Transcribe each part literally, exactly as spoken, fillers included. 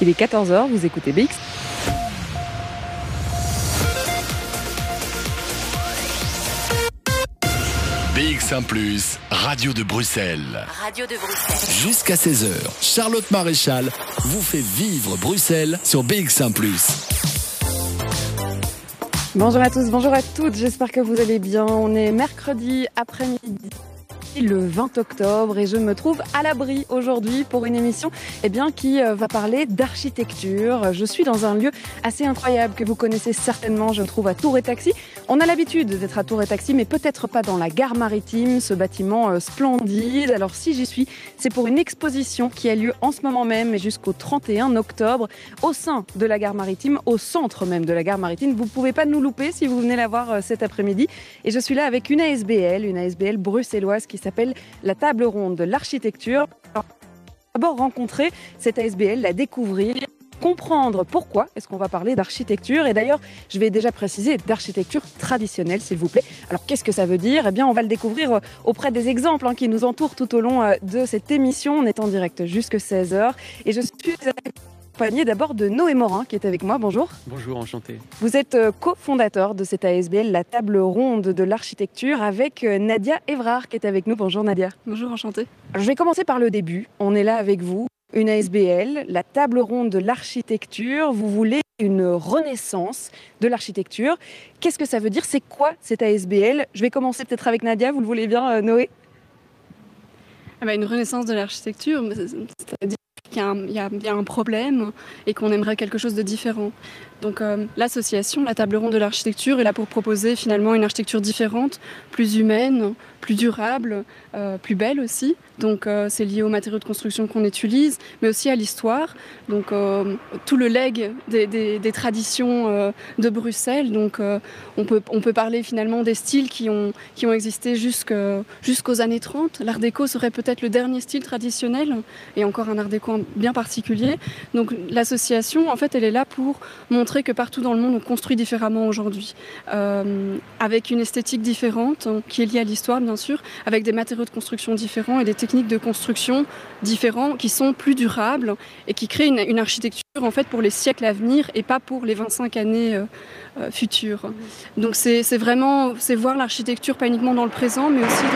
Il est quatorze heures, vous écoutez B X. B X un plus, Radio de Bruxelles. Radio de Bruxelles. Jusqu'à seize heures, Charlotte Maréchal vous fait vivre Bruxelles sur B X un plus. Bonjour à tous, bonjour à toutes, j'espère que vous allez bien. On est mercredi après-midi, le vingt octobre, et je me trouve à l'abri aujourd'hui pour une émission eh bien, qui va parler d'architecture. Je suis dans un lieu assez incroyable que vous connaissez certainement, je me trouve à Tour et Taxi. On a l'habitude d'être à Tour et Taxi, mais peut-être pas dans la gare maritime, ce bâtiment euh, splendide. Alors si j'y suis, c'est pour une exposition qui a lieu en ce moment même et jusqu'au trente et un octobre au sein de la gare maritime, au centre même de la gare maritime. Vous ne pouvez pas nous louper si vous venez la voir euh, cet après-midi. Et je suis là avec une A S B L, une A S B L bruxelloise qui s'appelle la Table Ronde de l'Architecture. D'abord rencontrer cette A S B L, la découvrir, comprendre pourquoi est-ce qu'on va parler d'architecture. Et d'ailleurs, je vais déjà préciser d'architecture traditionnelle, s'il vous plaît. Alors, qu'est-ce que ça veut dire ? Eh bien, on va le découvrir auprès des exemples hein, qui nous entourent tout au long de cette émission. On est en direct jusqu'à seize heures. Et je suis accompagnée d'abord de Noé Morin, qui est avec moi. Bonjour. Bonjour, enchanté. Vous êtes cofondateur de cette A S B L, la Table Ronde de l'Architecture, avec Nadia Evrard, qui est avec nous. Bonjour Nadia. Bonjour, enchantée. Je vais commencer par le début. On est là avec vous. Une A S B L, la Table Ronde de l'Architecture. Vous voulez une renaissance de l'architecture. Qu'est-ce que ça veut dire ? C'est quoi cette A S B L ? Je vais commencer peut-être avec Nadia, vous le voulez bien, Noé ? Ah bah, une renaissance de l'architecture, c'est-à-dire qu'il y a, un, il y a, il y a un problème et qu'on aimerait quelque chose de différent. Donc euh, l'association, la Table Ronde de l'Architecture, est là pour proposer finalement une architecture différente, plus humaine, plus durable, euh, plus belle aussi. Donc euh, c'est lié aux matériaux de construction qu'on utilise, mais aussi à l'histoire. Donc euh, tout le legs des, des, des traditions euh, de Bruxelles. Donc euh, on peut, on peut parler finalement des styles qui ont, qui ont existé jusque, jusqu'aux années trente. L'art déco serait peut-être le dernier style traditionnel, et encore un art déco bien particulier. Donc l'association, en fait, elle est là pour montrer que partout dans le monde, on construit différemment aujourd'hui, euh, avec une esthétique différente, hein, qui est liée à l'histoire, bien sûr, avec des matériaux de construction différents et des techniques de construction différents qui sont plus durables et qui créent une, une architecture en fait, pour les siècles à venir et pas pour les vingt-cinq années euh, euh, futures. Donc c'est, c'est vraiment c'est voir l'architecture pas uniquement dans le présent, mais aussi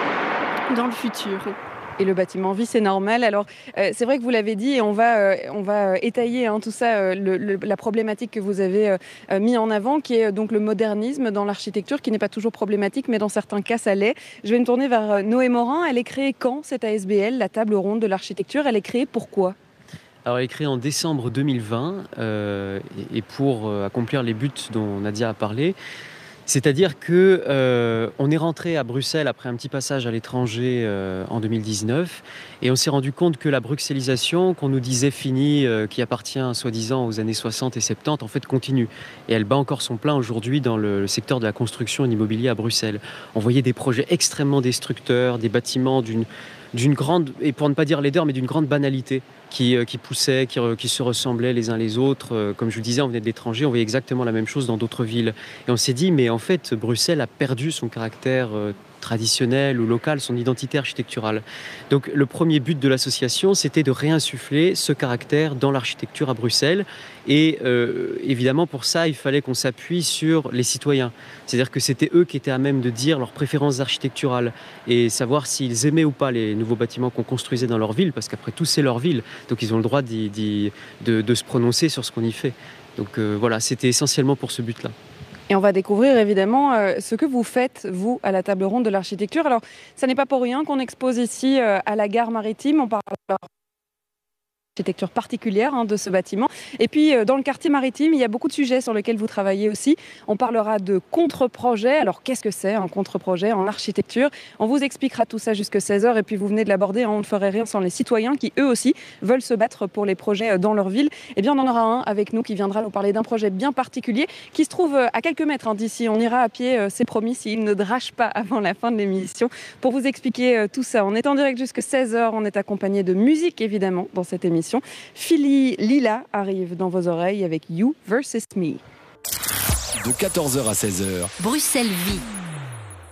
dans, dans le futur. Et le bâtiment vie, c'est normal. Alors, euh, c'est vrai que vous l'avez dit, et on va, euh, on va étayer hein, tout ça, euh, le, le, la problématique que vous avez euh, mis en avant, qui est donc le modernisme dans l'architecture, qui n'est pas toujours problématique, mais dans certains cas, ça l'est. Je vais me tourner vers Noé Morin. Elle est créée quand, cette A S B L, la Table Ronde de l'Architecture ? Elle est créée pourquoi ? Alors, elle est créée en décembre deux mille vingt, euh, et, et pour euh, accomplir les buts dont Nadia a parlé. C'est-à-dire qu'on euh, est rentré à Bruxelles après un petit passage à l'étranger euh, en deux mille dix-neuf, et on s'est rendu compte que la bruxellisation qu'on nous disait finie, euh, qui appartient soi-disant aux années soixante et soixante-dix, en fait continue. Et elle bat encore son plein aujourd'hui dans le, le secteur de la construction et de l'immobilier à Bruxelles. On voyait des projets extrêmement destructeurs, des bâtiments d'une, d'une grande, et pour ne pas dire laideur, mais d'une grande banalité, qui, euh, qui poussaient, qui, qui se ressemblaient les uns les autres. Euh, comme je vous le disais, on venait de l'étranger, on voyait exactement la même chose dans d'autres villes. Et on s'est dit, mais en fait, Bruxelles a perdu son caractère euh, traditionnel ou local, son identité architecturale. Donc le premier but de l'association, c'était de réinsuffler ce caractère dans l'architecture à Bruxelles. Et euh, évidemment, pour ça, il fallait qu'on s'appuie sur les citoyens. C'est-à-dire que c'était eux qui étaient à même de dire leurs préférences architecturales et savoir s'ils aimaient ou pas les nouveaux bâtiments qu'on construisait dans leur ville, parce qu'après tout, c'est leur ville. Donc ils ont le droit d'y, d'y, de, de se prononcer sur ce qu'on y fait. Donc euh, voilà, c'était essentiellement pour ce but-là. Et on va découvrir évidemment euh, ce que vous faites, vous, à la Table Ronde de l'Architecture. Alors, ça n'est pas pour rien qu'on expose ici euh, à la gare maritime. On parle architecture particulière hein, de ce bâtiment. Et puis, euh, dans le quartier maritime, il y a beaucoup de sujets sur lesquels vous travaillez aussi. On parlera de contre-projet. Alors, qu'est-ce que c'est un contre-projet en architecture ? On vous expliquera tout ça jusqu'à seize heures. Et puis, vous venez de l'aborder, hein, on ne ferait rien sans les citoyens qui, eux aussi, veulent se battre pour les projets dans leur ville. Eh bien, on en aura un avec nous qui viendra nous parler d'un projet bien particulier qui se trouve à quelques mètres hein, d'ici. On ira à pied, euh, c'est promis, s'il ne drache pas avant la fin de l'émission. Pour vous expliquer euh, tout ça, on est en direct jusqu'à seize heures. On est accompagné de musique, évidemment, dans cette émission. Philly Lila arrive dans vos oreilles avec You versus Me. De quatorze heures à seize heures. Bruxelles Vie.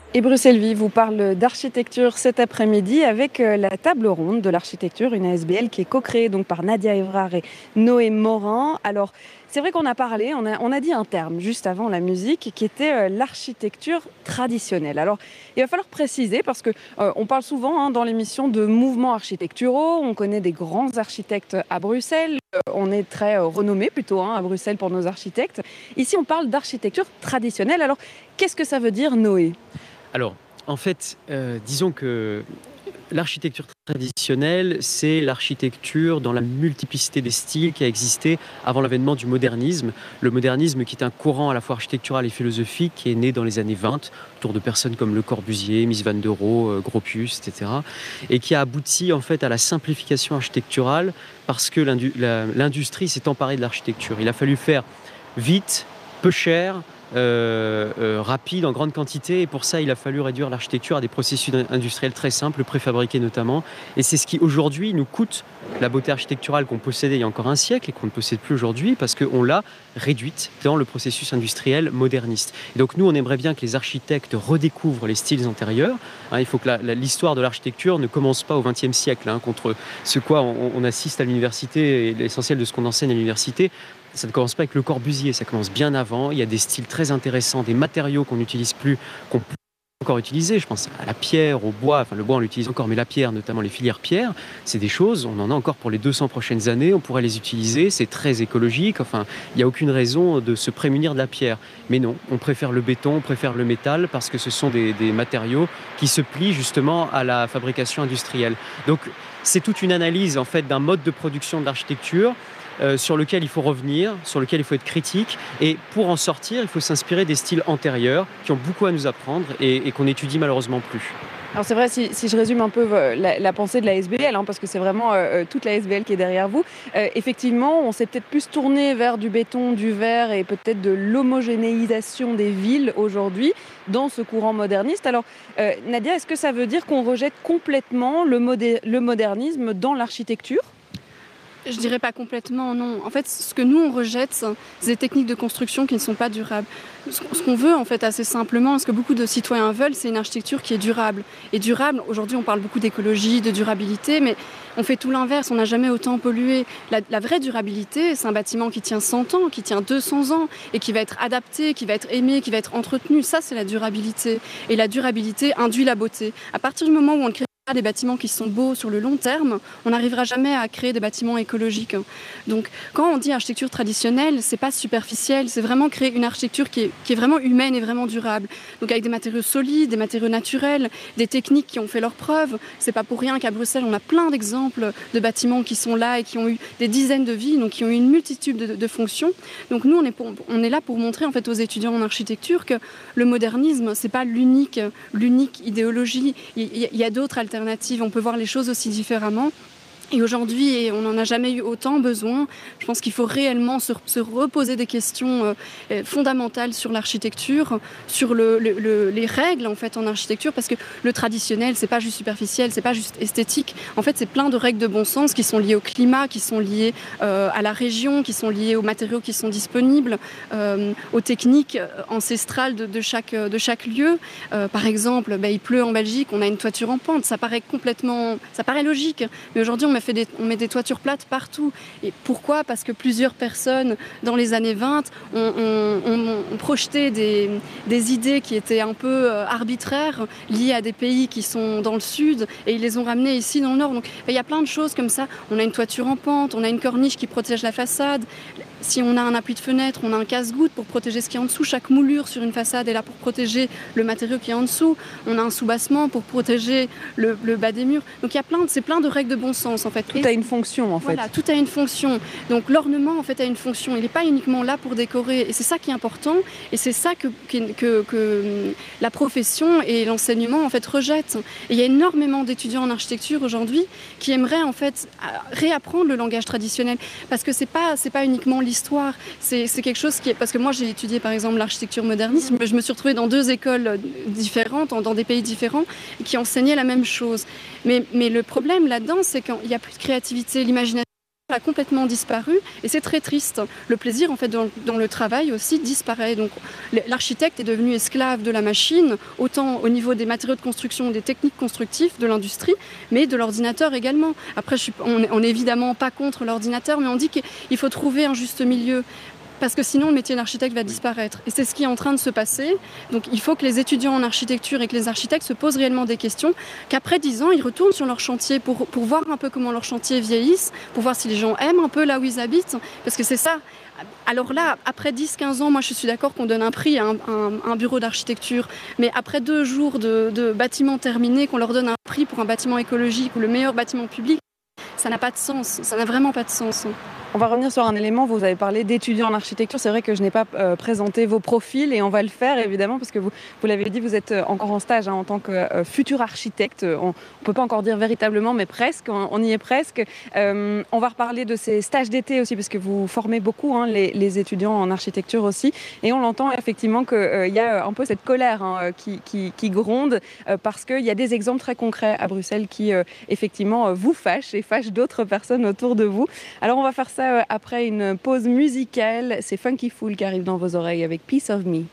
Et Bruxelles Vie vous parle d'architecture cet après-midi avec la table ronde de l'architecture, une A S B L qui est co-créée donc par Nadia Evrard et Noé Morin. Alors, c'est vrai qu'on a parlé, on a, on a dit un terme juste avant la musique qui était l'architecture traditionnelle. Alors, il va falloir préciser parce que euh, on parle souvent hein, dans l'émission de mouvements architecturaux. On connaît des grands architectes à Bruxelles. Euh, on est très euh, renommé plutôt hein, à Bruxelles pour nos architectes. Ici, on parle d'architecture traditionnelle. Alors, qu'est-ce que ça veut dire, Noé ? Alors, en fait, euh, disons que l'architecture traditionnelle, c'est l'architecture dans la multiplicité des styles qui a existé avant l'avènement du modernisme. Le modernisme qui est un courant à la fois architectural et philosophique qui est né dans les années vingt, autour de personnes comme Le Corbusier, Mies van der Rohe, Gropius, et cetera. Et qui a abouti en fait à la simplification architecturale parce que l'indu- la- l'industrie s'est emparée de l'architecture. Il a fallu faire vite, peu cher, Euh, euh, rapide, en grande quantité, et pour ça il a fallu réduire l'architecture à des processus industriels très simples, préfabriqués notamment, et c'est ce qui aujourd'hui nous coûte la beauté architecturale qu'on possédait il y a encore un siècle et qu'on ne possède plus aujourd'hui parce qu'on l'a réduite dans le processus industriel moderniste. Et donc nous on aimerait bien que les architectes redécouvrent les styles antérieurs, hein, il faut que la, la, l'histoire de l'architecture ne commence pas au vingtième siècle, hein, contre ce quoi on, on assiste à l'université et l'essentiel de ce qu'on enseigne à l'université. Ça ne commence pas avec Le Corbusier, ça commence bien avant. Il y a des styles très intéressants, des matériaux qu'on n'utilise plus, qu'on peut encore utiliser. Je pense à la pierre, au bois. Enfin, le bois, on l'utilise encore, mais la pierre, notamment les filières pierres, c'est des choses, on en a encore pour les deux cents prochaines années. On pourrait les utiliser, c'est très écologique. Enfin, il n'y a aucune raison de se prémunir de la pierre. Mais non, on préfère le béton, on préfère le métal, parce que ce sont des, des matériaux qui se plient justement à la fabrication industrielle. Donc, c'est toute une analyse, en fait, d'un mode de production de l'architecture Euh, sur lequel il faut revenir, sur lequel il faut être critique. Et pour en sortir, il faut s'inspirer des styles antérieurs qui ont beaucoup à nous apprendre et, et qu'on n'étudie malheureusement plus. Alors c'est vrai, si, si je résume un peu la, la pensée de la A S B L, hein, parce que c'est vraiment euh, toute la A S B L qui est derrière vous, euh, effectivement, on s'est peut-être plus tourné vers du béton, du verre et peut-être de l'homogénéisation des villes aujourd'hui dans ce courant moderniste. Alors euh, Nadia, est-ce que ça veut dire qu'on rejette complètement le, modé- le modernisme dans l'architecture ? Je dirais pas complètement, non. En fait, ce que nous, on rejette, c'est des techniques de construction qui ne sont pas durables. Ce qu'on veut, en fait, assez simplement, ce que beaucoup de citoyens veulent, c'est une architecture qui est durable. Et durable, aujourd'hui, on parle beaucoup d'écologie, de durabilité, mais on fait tout l'inverse. On n'a jamais autant pollué. La, la vraie durabilité, c'est un bâtiment qui tient cent ans, qui tient deux cents ans, et qui va être adapté, qui va être aimé, qui va être entretenu. Ça, c'est la durabilité. Et la durabilité induit la beauté. À partir du moment où on ne crée des bâtiments qui sont beaux sur le long terme, on n'arrivera jamais à créer des bâtiments écologiques. Donc quand on dit architecture traditionnelle, c'est pas superficiel, c'est vraiment créer une architecture qui est, qui est vraiment humaine et vraiment durable. Donc avec des matériaux solides, des matériaux naturels, des techniques qui ont fait leurs preuves. C'est pas pour rien qu'à Bruxelles, on a plein d'exemples de bâtiments qui sont là et qui ont eu des dizaines de vies, donc qui ont eu une multitude de, de fonctions. Donc nous, on est, pour, on est là pour montrer en fait aux étudiants en architecture que le modernisme, c'est pas l'unique, l'unique idéologie. Il y, il y a d'autres alternatives. On peut voir les choses aussi différemment. Et aujourd'hui, on n'en a jamais eu autant besoin. Je pense qu'il faut réellement se, se reposer des questions euh, fondamentales sur l'architecture, sur le, le, le, les règles en fait en architecture, parce que le traditionnel, c'est pas juste superficiel, c'est pas juste esthétique. En fait, c'est plein de règles de bon sens qui sont liées au climat, qui sont liées euh, à la région, qui sont liées aux matériaux qui sont disponibles, euh, aux techniques ancestrales de, de, chaque, de chaque lieu. Euh, par exemple, bah, il pleut en Belgique, on a une toiture en pente. Ça paraît complètement, ça paraît logique, mais aujourd'hui, on Fait des, on met des toitures plates partout. Et pourquoi ? Parce que plusieurs personnes, dans les années vingt, ont, ont, ont, ont projeté des, des idées qui étaient un peu arbitraires, liées à des pays qui sont dans le sud, et ils les ont ramenées ici dans le nord. Donc il y a plein de choses comme ça. On a une toiture en pente, on a une corniche qui protège la façade. Si on a un appui de fenêtre, on a un casse-goutte pour protéger ce qui est en dessous. Chaque moulure sur une façade est là pour protéger le matériau qui est en dessous. On a un soubassement pour protéger le, le bas des murs. Donc il y a plein de, c'est plein de règles de bon sens en fait. Tout a une fonction en fait. Voilà, tout a une fonction. Donc l'ornement en fait a une fonction. Il n'est pas uniquement là pour décorer. Et c'est ça qui est important. Et c'est ça que, que, que, que la profession et l'enseignement en fait rejettent. Et il y a énormément d'étudiants en architecture aujourd'hui qui aimeraient en fait réapprendre le langage traditionnel, parce que c'est pas c'est pas uniquement l'histoire. C'est, c'est quelque chose qui est, parce que moi j'ai étudié par exemple l'architecture moderniste, mais je me suis retrouvée dans deux écoles différentes, dans des pays différents, qui enseignaient la même chose. Mais, mais le problème là-dedans, c'est qu'il n'y a plus de créativité, l'imagination a complètement disparu et c'est très triste. Le plaisir en fait dans, dans le travail aussi disparaît. Donc l'architecte est devenu esclave de la machine, autant au niveau des matériaux de construction, des techniques constructives, de l'industrie, mais de l'ordinateur également. Après, je suis, on n'est évidemment pas contre l'ordinateur, mais on dit qu'il faut trouver un juste milieu. Parce que sinon, le métier d'architecte va disparaître. Et c'est ce qui est en train de se passer. Donc il faut que les étudiants en architecture et que les architectes se posent réellement des questions, qu'après dix ans, ils retournent sur leur chantier pour, pour voir un peu comment leur chantier vieillisse, pour voir si les gens aiment un peu là où ils habitent. Parce que c'est ça. Alors là, après dix quinze ans, moi je suis d'accord qu'on donne un prix à un, un, un bureau d'architecture. Mais après deux jours de, de bâtiment terminé, qu'on leur donne un prix pour un bâtiment écologique ou le meilleur bâtiment public, ça n'a pas de sens. Ça n'a vraiment pas de sens. On va revenir sur un élément, vous avez parlé d'étudiants en architecture, c'est vrai que je n'ai pas euh, présenté vos profils et on va le faire évidemment parce que vous, vous l'avez dit, vous êtes encore en stage hein, en tant que euh, futur architecte, on ne peut pas encore dire véritablement mais presque, on, on y est presque. Euh, on va reparler de ces stages d'été aussi parce que vous formez beaucoup hein, les, les étudiants en architecture aussi et on l'entend effectivement qu'il euh, y a un peu cette colère hein, qui, qui, qui gronde euh, parce qu'il y a des exemples très concrets à Bruxelles qui euh, effectivement vous fâchent et fâchent d'autres personnes autour de vous. Alors on va faire ça après une pause musicale. C'est Funky Fool qui arrive dans vos oreilles avec Piece of Me.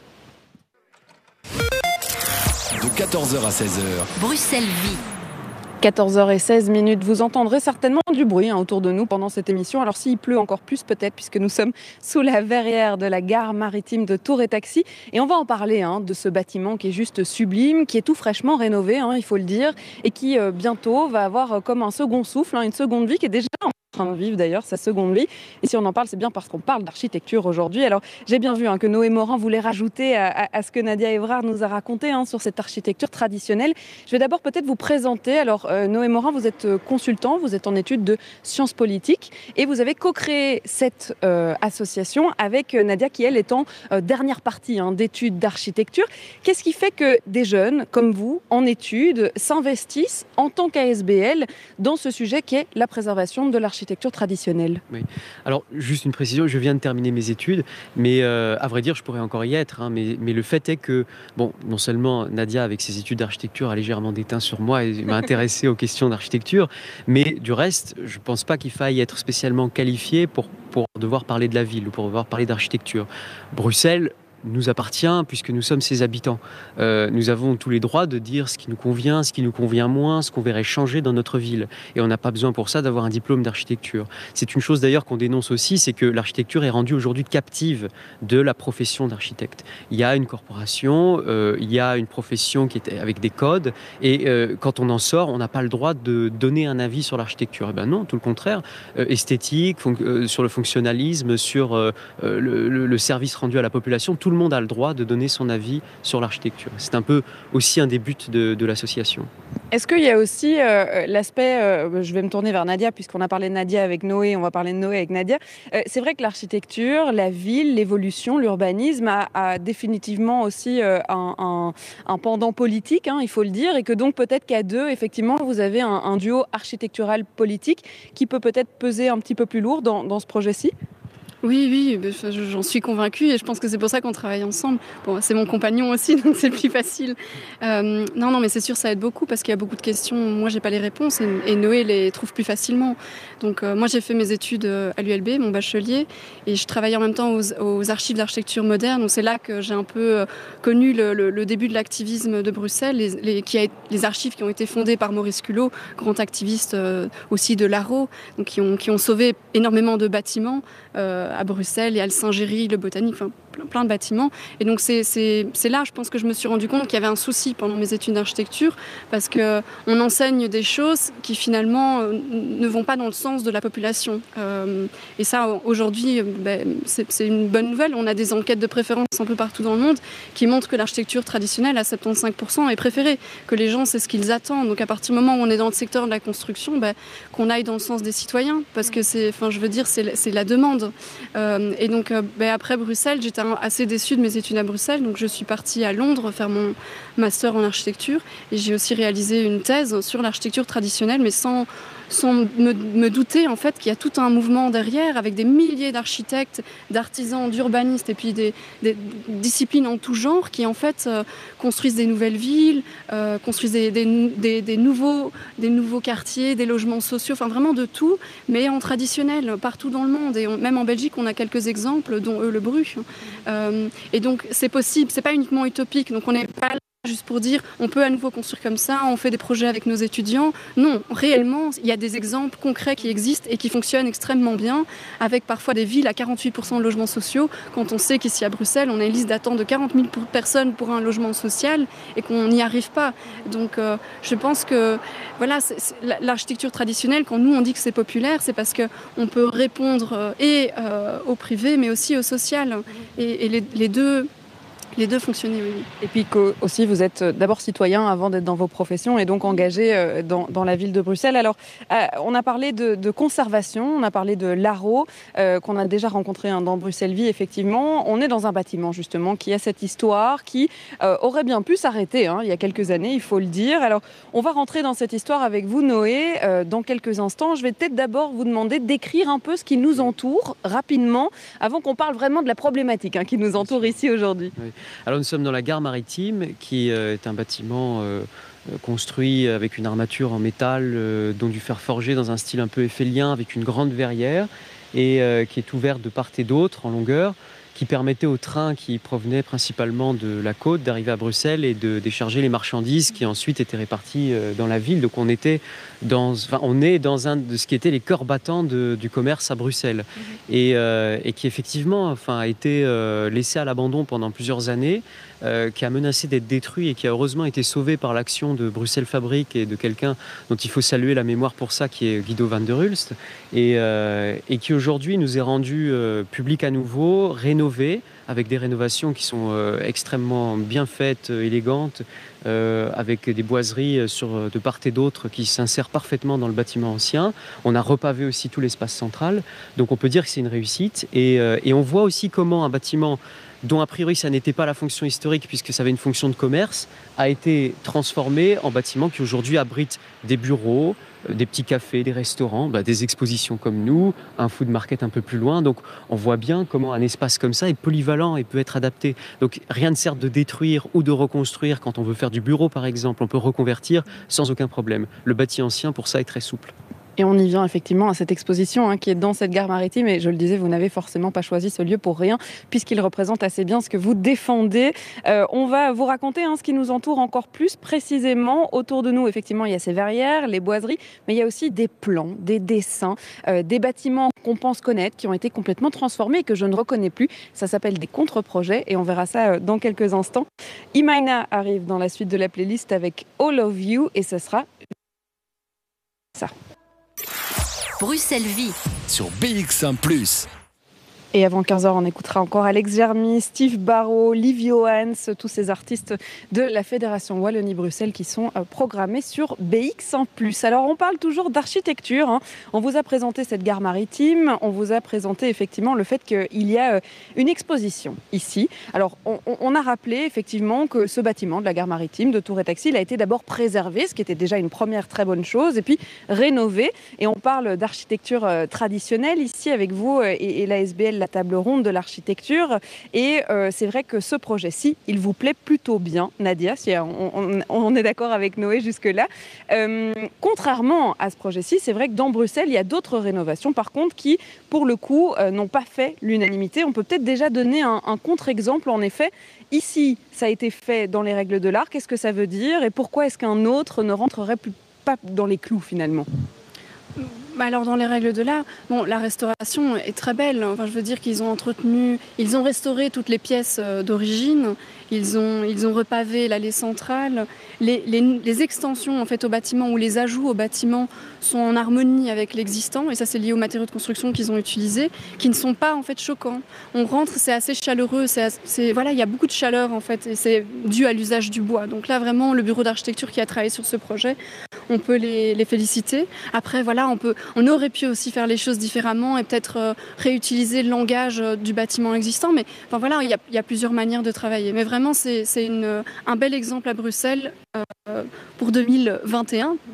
De quatorze heures à seize heures. Bruxelles Vie. quatorze heures seize minutes, vous entendrez certainement du bruit hein, autour de nous pendant cette émission. Alors s'il pleut encore plus peut-être puisque nous sommes sous la verrière de la gare maritime de Tour et Taxi. Et on va en parler hein, de ce bâtiment qui est juste sublime, qui est tout fraîchement rénové, hein, il faut le dire, et qui euh, bientôt va avoir euh, comme un second souffle, hein, une seconde vie qui est déjà en train de vivre d'ailleurs sa seconde vie. Et si on en parle, c'est bien parce qu'on parle d'architecture aujourd'hui. Alors j'ai bien vu hein, que Noé Morin voulait rajouter à, à, à ce que Nadia Évrard nous a raconté hein, sur cette architecture traditionnelle. Je vais d'abord peut-être vous présenter. Alors euh, Noé Morin, vous êtes consultant, vous êtes en études de sciences politiques et vous avez co-créé cette euh, association avec Nadia qui elle est en euh, dernière partie hein, d'études d'architecture. Qu'est-ce qui fait que des jeunes comme vous en études s'investissent en tant qu'A S B L dans ce sujet qui est la préservation de l'architecture traditionnelle? Oui. Alors, juste une précision, je viens de terminer mes études, mais euh, à vrai dire, je pourrais encore y être. Hein, mais, mais le fait est que, bon, non seulement Nadia, avec ses études d'architecture, a légèrement déteint sur moi et m'a intéressé aux questions d'architecture, mais du reste, je ne pense pas qu'il faille être spécialement qualifié pour, pour devoir parler de la ville ou pour devoir parler d'architecture. Bruxelles nous appartient puisque nous sommes ses habitants. Euh, nous avons tous les droits de dire ce qui nous convient, ce qui nous convient moins, ce qu'on verrait changer dans notre ville. Et on n'a pas besoin pour ça d'avoir un diplôme d'architecture. C'est une chose d'ailleurs qu'on dénonce aussi, c'est que l'architecture est rendue aujourd'hui captive de la profession d'architecte. Il y a une corporation, euh, il y a une profession qui est avec des codes et euh, quand on en sort, on n'a pas le droit de donner un avis sur l'architecture. Eh ben non, tout le contraire. Euh, esthétique, fon- euh, sur le fonctionnalisme, sur euh, le, le, le service rendu à la population, tout le monde a le droit de donner son avis sur l'architecture. C'est un peu aussi un des buts de, de l'association. Est-ce qu'il y a aussi euh, l'aspect, euh, je vais me tourner vers Nadia puisqu'on a parlé de Nadia avec Noé, on va parler de Noé avec Nadia. Euh, c'est vrai que l'architecture, la ville, l'évolution, l'urbanisme a, a définitivement aussi euh, un, un, un pendant politique, hein, il faut le dire, et que donc peut-être qu'à deux, effectivement, vous avez un, un duo architectural politique qui peut peut-être peser un petit peu plus lourd dans, dans ce projet-ci. Oui, oui, j'en suis convaincue et je pense que c'est pour ça qu'on travaille ensemble. Bon, c'est mon compagnon aussi, donc c'est plus facile. Euh, non, non, mais c'est sûr, ça aide beaucoup parce qu'il y a beaucoup de questions. Moi, j'ai pas les réponses et, et Noé les trouve plus facilement. Donc, euh, moi, j'ai fait mes études à l'U L B, mon bachelier, et je travaille en même temps aux, aux archives d'architecture moderne. Donc, c'est là que j'ai un peu connu le, le, le début de l'activisme de Bruxelles, les, les, qui a, les archives qui ont été fondées par Maurice Culot, grand activiste euh, aussi de l'A R O, donc qui ont, qui ont sauvé énormément de bâtiments. Euh, à Bruxelles, il y a le Saint-Géry, le Botanique, enfin plein, plein de bâtiments. Et donc c'est, c'est, c'est là, je pense que je me suis rendu compte qu'il y avait un souci pendant mes études d'architecture parce qu'on enseigne des choses qui finalement ne vont pas dans le sens de la population. Euh, et ça, aujourd'hui, ben, c'est, c'est une bonne nouvelle. On a des enquêtes de préférence un peu partout dans le monde qui montrent que l'architecture traditionnelle à soixante-quinze pour cent est préférée, que les gens, c'est ce qu'ils attendent. Donc à partir du moment où on est dans le secteur de la construction, ben, qu'on aille dans le sens des citoyens parce que c'est, enfin, je veux dire, c'est, c'est la demande. Euh, et donc euh, ben après Bruxelles, j'étais assez déçue de mes études à Bruxelles, donc je suis partie à Londres faire mon master en architecture et j'ai aussi réalisé une thèse sur l'architecture traditionnelle, mais sans, sans me, me douter en fait qu'il y a tout un mouvement derrière avec des milliers d'architectes, d'artisans, d'urbanistes et puis des, des disciplines en tout genre qui en fait euh, construisent des nouvelles villes, euh, construisent des, des, des, des, nouveaux, des nouveaux quartiers, des logements sociaux, enfin vraiment de tout, mais en traditionnel partout dans le monde. Et on, même en Belgique, on a quelques exemples, dont eux le Bru. Euh, et donc c'est possible, c'est pas uniquement utopique. Donc on n'est pas là juste pour dire on peut à nouveau construire comme ça, on fait des projets avec nos étudiants. Non, réellement, il y a des exemples concrets qui existent et qui fonctionnent extrêmement bien, avec parfois des villes à quarante-huit pour cent de logements sociaux, quand on sait qu'ici à Bruxelles, on a une liste d'attente de quarante mille personnes pour un logement social et qu'on n'y arrive pas. Donc euh, je pense que voilà, c'est, c'est, l'architecture traditionnelle, quand nous on dit que c'est populaire, c'est parce qu'on peut répondre euh, et euh, au privé, mais aussi au social. Et, et les, les deux... Les deux fonctionnaient, oui. Et puis que, aussi, vous êtes d'abord citoyen avant d'être dans vos professions et donc engagé dans, dans la ville de Bruxelles. Alors, euh, on a parlé de, de conservation, on a parlé de l'A R O, euh, qu'on a déjà rencontré hein, dans Bruxelles Vie, effectivement. On est dans un bâtiment, justement, qui a cette histoire, qui euh, aurait bien pu s'arrêter hein, il y a quelques années, il faut le dire. Alors, on va rentrer dans cette histoire avec vous, Noé, euh, dans quelques instants. Je vais peut-être d'abord vous demander d'écrire un peu ce qui nous entoure, rapidement, avant qu'on parle vraiment de la problématique hein, qui nous entoure ici aujourd'hui. Oui. Alors nous sommes dans la gare maritime qui euh, est un bâtiment euh, construit avec une armature en métal euh, dont du fer forgé dans un style un peu eiffélien avec une grande verrière et euh, qui est ouverte de part et d'autre en longueur, qui permettait aux trains qui provenaient principalement de la côte d'arriver à Bruxelles et de décharger les marchandises qui ensuite étaient réparties dans la ville. Donc on était dans, enfin, on est dans un de ce qui était les cœurs battants de, du commerce à Bruxelles mmh. et, euh, et qui effectivement enfin, a été euh, laissé à l'abandon pendant plusieurs années, euh, qui a menacé d'être détruit et qui a heureusement été sauvé par l'action de Bruxelles Fabrique et de quelqu'un dont il faut saluer la mémoire pour ça, qui est Guido van der Hulst, et, euh, et qui aujourd'hui nous est rendu euh, public à nouveau, rénové, avec des rénovations qui sont euh, extrêmement bien faites, euh, élégantes, euh, avec des boiseries sur, de part et d'autre qui s'insèrent parfaitement dans le bâtiment ancien. On a repavé aussi tout l'espace central, donc on peut dire que c'est une réussite. Et, euh, et on voit aussi comment un bâtiment dont a priori ça n'était pas la fonction historique puisque ça avait une fonction de commerce, a été transformé en bâtiment qui aujourd'hui abrite des bureaux, des petits cafés, des restaurants, bah, des expositions comme nous, un food market un peu plus loin. Donc on voit bien comment un espace comme ça est polyvalent et peut être adapté. Donc rien ne sert de détruire ou de reconstruire. Quand on veut faire du bureau par exemple, on peut reconvertir sans aucun problème. Le bâti ancien pour ça est très souple. Et on y vient effectivement à cette exposition hein, qui est dans cette gare maritime. Et je le disais, vous n'avez forcément pas choisi ce lieu pour rien, puisqu'il représente assez bien ce que vous défendez. Euh, on va vous raconter hein, ce qui nous entoure encore plus précisément. Autour de nous, effectivement, il y a ces verrières, les boiseries, mais il y a aussi des plans, des dessins, euh, des bâtiments qu'on pense connaître, qui ont été complètement transformés et que je ne reconnais plus. Ça s'appelle des contre-projets et on verra ça dans quelques instants. Imaina arrive dans la suite de la playlist avec All of You et ce sera ça. Bruxelles Vie sur B X un plus. Et avant quinze heures, on écoutera encore Alex Germy, Steve Barrow, Liv Johans, tous ces artistes de la Fédération Wallonie-Bruxelles qui sont programmés sur B X un plus. Alors, on parle toujours d'architecture. Hein. On vous a présenté cette gare maritime. On vous a présenté effectivement le fait qu'il y a une exposition ici. Alors, on, on a rappelé effectivement que ce bâtiment de la gare maritime de Tour et Taxis, il a été d'abord préservé, ce qui était déjà une première très bonne chose, et puis rénové. Et on parle d'architecture traditionnelle ici avec vous et, et l'A S B L, la table ronde de l'architecture. Et euh, c'est vrai que ce projet-ci, il vous plaît plutôt bien, Nadia, si on, on, on est d'accord avec Noé jusque-là. Euh, contrairement à ce projet-ci, c'est vrai que dans Bruxelles, il y a d'autres rénovations, par contre, qui, pour le coup, euh, n'ont pas fait l'unanimité. On peut peut-être déjà donner un, un contre-exemple, en effet. Ici, ça a été fait dans les règles de l'art. Qu'est-ce que ça veut dire et pourquoi est-ce qu'un autre ne rentrerait plus, pas dans les clous, finalement ? Alors dans les règles de l'art, bon, la restauration est très belle. Enfin, je veux dire qu'ils ont entretenu, ils ont restauré toutes les pièces d'origine. Ils ont, ils ont repavé l'allée centrale. Les, les, les extensions en fait, au bâtiment ou les ajouts au bâtiment sont en harmonie avec l'existant. Et ça, c'est lié aux matériaux de construction qu'ils ont utilisés, qui ne sont pas en fait choquants. On rentre, c'est assez chaleureux. C'est, c'est, voilà, il y a beaucoup de chaleur en fait, et c'est dû à l'usage du bois. Donc là, vraiment, le bureau d'architecture qui a travaillé sur ce projet, on peut les, les féliciter. Après, voilà, on peut, on aurait pu aussi faire les choses différemment et peut-être euh, réutiliser le langage euh, du bâtiment existant. Mais enfin voilà, il y a, il y a plusieurs manières de travailler. Mais vraiment, c'est, c'est une, un bel exemple à Bruxelles euh, pour deux mille vingt et un.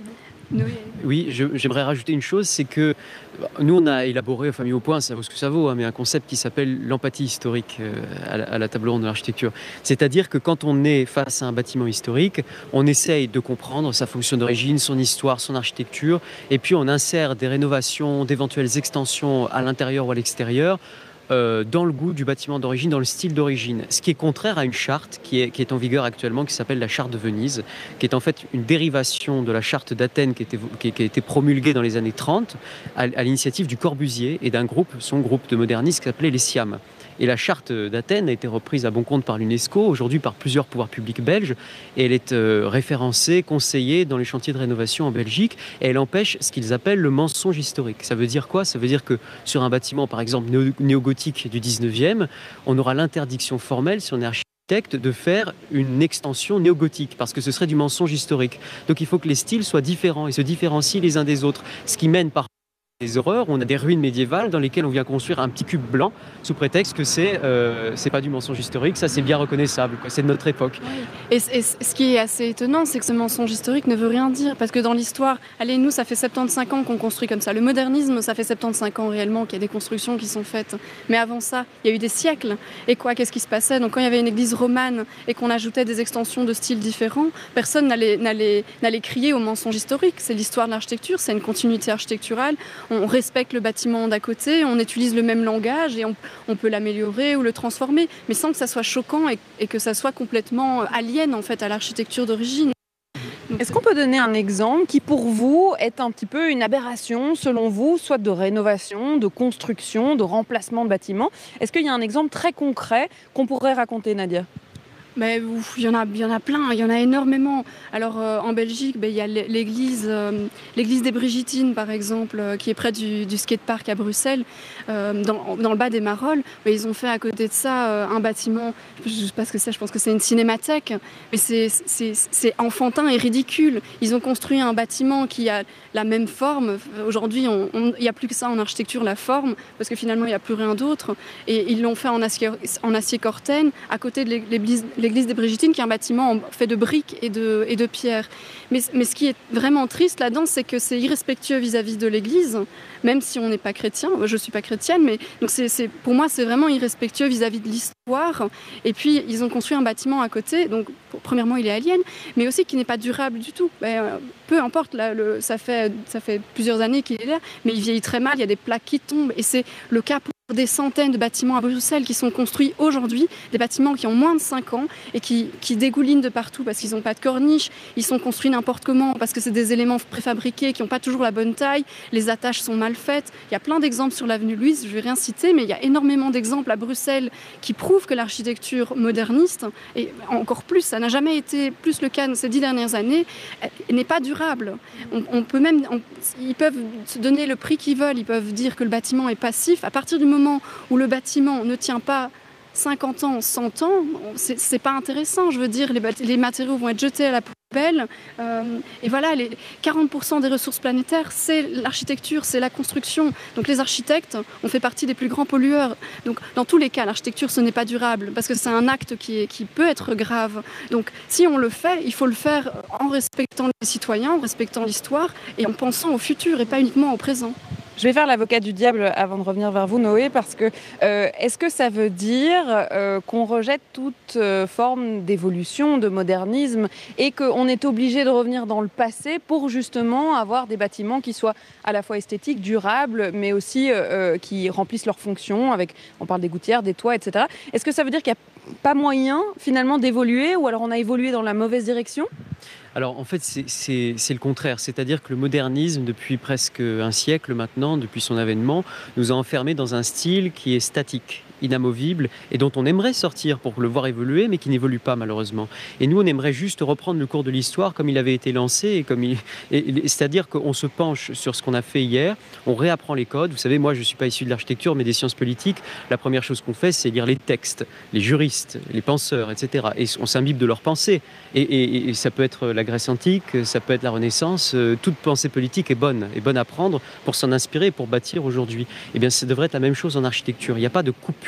Noé. Oui, je- j'aimerais rajouter une chose, c'est que nous, on a élaboré, enfin mis au point, ça vaut ce que ça vaut, hein, mais un concept qui s'appelle l'empathie historique euh, à, la, à la table ronde de l'architecture. C'est-à-dire que quand on est face à un bâtiment historique, on essaye de comprendre sa fonction d'origine, son histoire, son architecture, et puis on insère des rénovations, d'éventuelles extensions à l'intérieur ou à l'extérieur, euh, dans le goût du bâtiment d'origine, dans le style d'origine. Ce qui est contraire à une charte qui est, qui est en vigueur actuellement, qui s'appelle la charte de Venise, qui est en fait une dérivation de la charte d'Athènes qui, était- qui- qui a été promulguée dans les années trente à, à l'initiative du Corbusier et d'un groupe, son groupe de modernistes qui s'appelait les SIAM. Et la charte d'Athènes a été reprise à bon compte par l'UNESCO, aujourd'hui par plusieurs pouvoirs publics belges, et elle est euh, référencée, conseillée dans les chantiers de rénovation en Belgique, et elle empêche ce qu'ils appellent le mensonge historique. Ça veut dire quoi? Ça veut dire que sur un bâtiment, par exemple, néo- néo-gothique du dix-neuvième, on aura l'interdiction formelle, si on est architecte, de faire une extension néo-gothique, parce que ce serait du mensonge historique. Donc il faut que les styles soient différents et se différencient les uns des autres, ce qui mène par des horreurs. On a des ruines médiévales dans lesquelles on vient construire un petit cube blanc sous prétexte que c'est euh, c'est pas du mensonge historique, ça c'est bien reconnaissable, quoi. C'est de notre époque. Et, c- et c- ce qui est assez étonnant, c'est que ce mensonge historique ne veut rien dire. Parce que dans l'histoire, allez, nous, ça fait soixante-quinze ans qu'on construit comme ça. Le modernisme, ça fait soixante-quinze ans réellement qu'il y a des constructions qui sont faites. Mais avant ça, il y a eu des siècles. Et quoi, qu'est-ce qui se passait? Donc quand il y avait une église romane et qu'on ajoutait des extensions de styles différents, personne n'allait, n'allait, n'allait crier au mensonge historique. C'est l'histoire de l'architecture, c'est une continuité architecturale. On respecte le bâtiment d'à côté, on utilise le même langage et on, on peut l'améliorer ou le transformer, mais sans que ça soit choquant et, et que ça soit complètement alien en fait à l'architecture d'origine. Est-ce qu'on peut donner un exemple qui, pour vous, est un petit peu une aberration, selon vous, soit de rénovation, de construction, de remplacement de bâtiments? Est-ce qu'il y a un exemple très concret qu'on pourrait raconter, Nadia? Mais ouf, il y en a, il y en a plein, il y en a énormément. Alors euh, en Belgique, ben, il y a l'église, euh, l'église des Brigittines par exemple, euh, qui est près du, du skatepark à Bruxelles, euh, dans, dans le bas des Marolles. Ben, ils ont fait à côté de ça euh, un bâtiment, je ne sais pas ce que c'est, je pense que c'est une cinémathèque, mais c'est, c'est, c'est enfantin et ridicule. Ils ont construit un bâtiment qui a la même forme. Aujourd'hui, on- on- il n'y a plus que ça en architecture, la forme, parce que finalement, il n'y a plus rien d'autre. Et ils l'ont fait en acier, en acier corten, à côté de l'église, l'église des Brigittines, qui est un bâtiment en- fait de briques et de, et de pierres. Mais, mais ce qui est vraiment triste là-dedans, c'est que c'est irrespectueux vis-à-vis de l'église, même si on n'est pas chrétien. Je ne suis pas chrétienne, mais donc c'est, c'est, pour moi, c'est vraiment irrespectueux vis-à-vis de l'histoire. Et puis, ils ont construit un bâtiment à côté. Donc, pour- premièrement, il est alien, mais aussi qui n'est pas durable du tout. Ben, euh, peu importe, là, le, ça, fait, ça fait plusieurs années qu'il est là, mais il vieillit très mal, il y a des plaques qui tombent. Et c'est le cas pour des centaines de bâtiments à Bruxelles qui sont construits aujourd'hui, des bâtiments qui ont moins de cinq ans et qui, qui dégoulinent de partout parce qu'ils n'ont pas de corniche, ils sont construits n'importe comment parce que c'est des éléments préfabriqués qui n'ont pas toujours la bonne taille, les attaches sont mal faites. Il y a plein d'exemples sur l'avenue Louise, je ne vais rien citer, mais il y a énormément d'exemples à Bruxelles qui prouvent que l'architecture moderniste, et encore plus, ça n'a jamais été plus le cas ces dix dernières années, n'est pas durable. On, on peut même, on- ils peuvent se donner le prix qu'ils veulent, ils peuvent dire que le bâtiment est passif. À partir du moment où le bâtiment ne tient pas cinquante ans, cent ans, c'est c'est pas intéressant. Je veux dire, les, bat- les matériaux vont être jetés à la poubelle. Euh, et voilà, les quarante pour cent des ressources planétaires, c'est l'architecture, c'est la construction. Donc les architectes, on fait partie des plus grands pollueurs. Donc dans tous les cas, l'architecture, ce n'est pas durable parce que c'est un acte qui, est, qui peut être grave. Donc si on le fait, il faut le faire en respectant les citoyens, en respectant l'histoire et en pensant au futur et pas uniquement au présent. Je vais faire l'avocat du diable avant de revenir vers vous, Noé, parce que euh, est-ce que ça veut dire euh, qu'on rejette toute euh, forme d'évolution, de modernisme, et qu'on est obligé de revenir dans le passé pour justement avoir des bâtiments qui soient à la fois esthétiques, durables, mais aussi euh, qui remplissent leurs fonctions, avec, on parle des gouttières, des toits, et cetera. Est-ce que ça veut dire qu'il n'y a pas moyen finalement d'évoluer, ou alors on a évolué dans la mauvaise direction ? Alors en fait, c'est- c'est c'est le contraire. C'est-à-dire que le modernisme, depuis presque un siècle maintenant, depuis son avènement, nous a enfermés dans un style qui est statique, inamovible, et dont on aimerait sortir pour le voir évoluer, mais qui n'évolue pas malheureusement. Et nous, on aimerait juste reprendre le cours de l'histoire comme il avait été lancé, et comme il... et- et- c'est-à-dire qu'on se penche sur ce qu'on a fait hier, on réapprend les codes. Vous savez, moi, je ne suis pas issu de l'architecture, mais des sciences politiques. La première chose qu'on fait, c'est lire les textes, les juristes, les penseurs, et cetera. Et on s'imbibe de leurs pensées. Et, et- et ça peut être la Grèce antique, ça peut être la Renaissance. euh, Toute pensée politique est bonne, est bonne à prendre pour s'en inspirer et pour bâtir aujourd'hui. Eh bien, ça devrait être la même chose en architecture. Il n'y a pas de coupure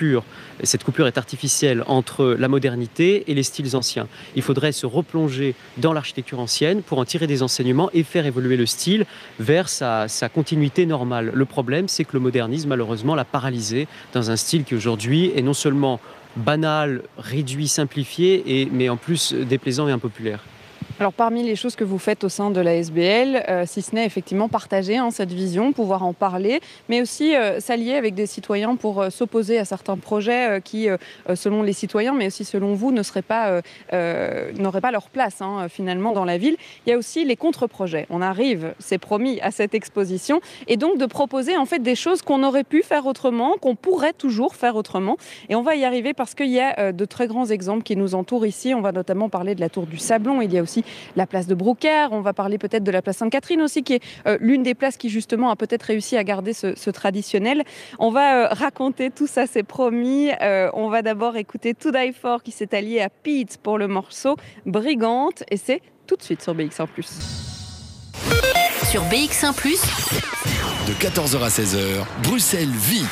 coupure, et cette coupure est artificielle entre la modernité et les styles anciens. Il faudrait se replonger dans l'architecture ancienne pour en tirer des enseignements et faire évoluer le style vers sa, sa continuité normale. Le problème, c'est que le modernisme, malheureusement, l'a paralysé dans un style qui aujourd'hui est non seulement banal, réduit, simplifié, et, mais en plus déplaisant et impopulaire. Alors parmi les choses que vous faites au sein de l'A S B L, euh, si ce n'est effectivement partager hein, cette vision, pouvoir en parler, mais aussi euh, s'allier avec des citoyens pour euh, s'opposer à certains projets euh, qui, euh, selon les citoyens, mais aussi selon vous, ne seraient pas, euh, euh, n'auraient pas leur place hein, finalement dans la ville. Il y a aussi les contre-projets. On arrive, c'est promis, à cette exposition, et donc de proposer en fait des choses qu'on aurait pu faire autrement, qu'on pourrait toujours faire autrement. Et on va y arriver parce qu'il y a euh, de très grands exemples qui nous entourent ici. On va notamment parler de la tour du Sablon. Il y a aussi la place de Brouckère, on va parler peut-être de la place Sainte-Catherine aussi, qui est euh, l'une des places qui justement a peut-être réussi à garder ce, ce traditionnel. On va euh, raconter tout ça, c'est promis. Euh, on va d'abord écouter To Die For qui s'est allié à Pete pour le morceau Brigante, et c'est tout de suite sur B X un plus. Sur B X un plus, De quatorze heures à seize heures, Bruxelles vit.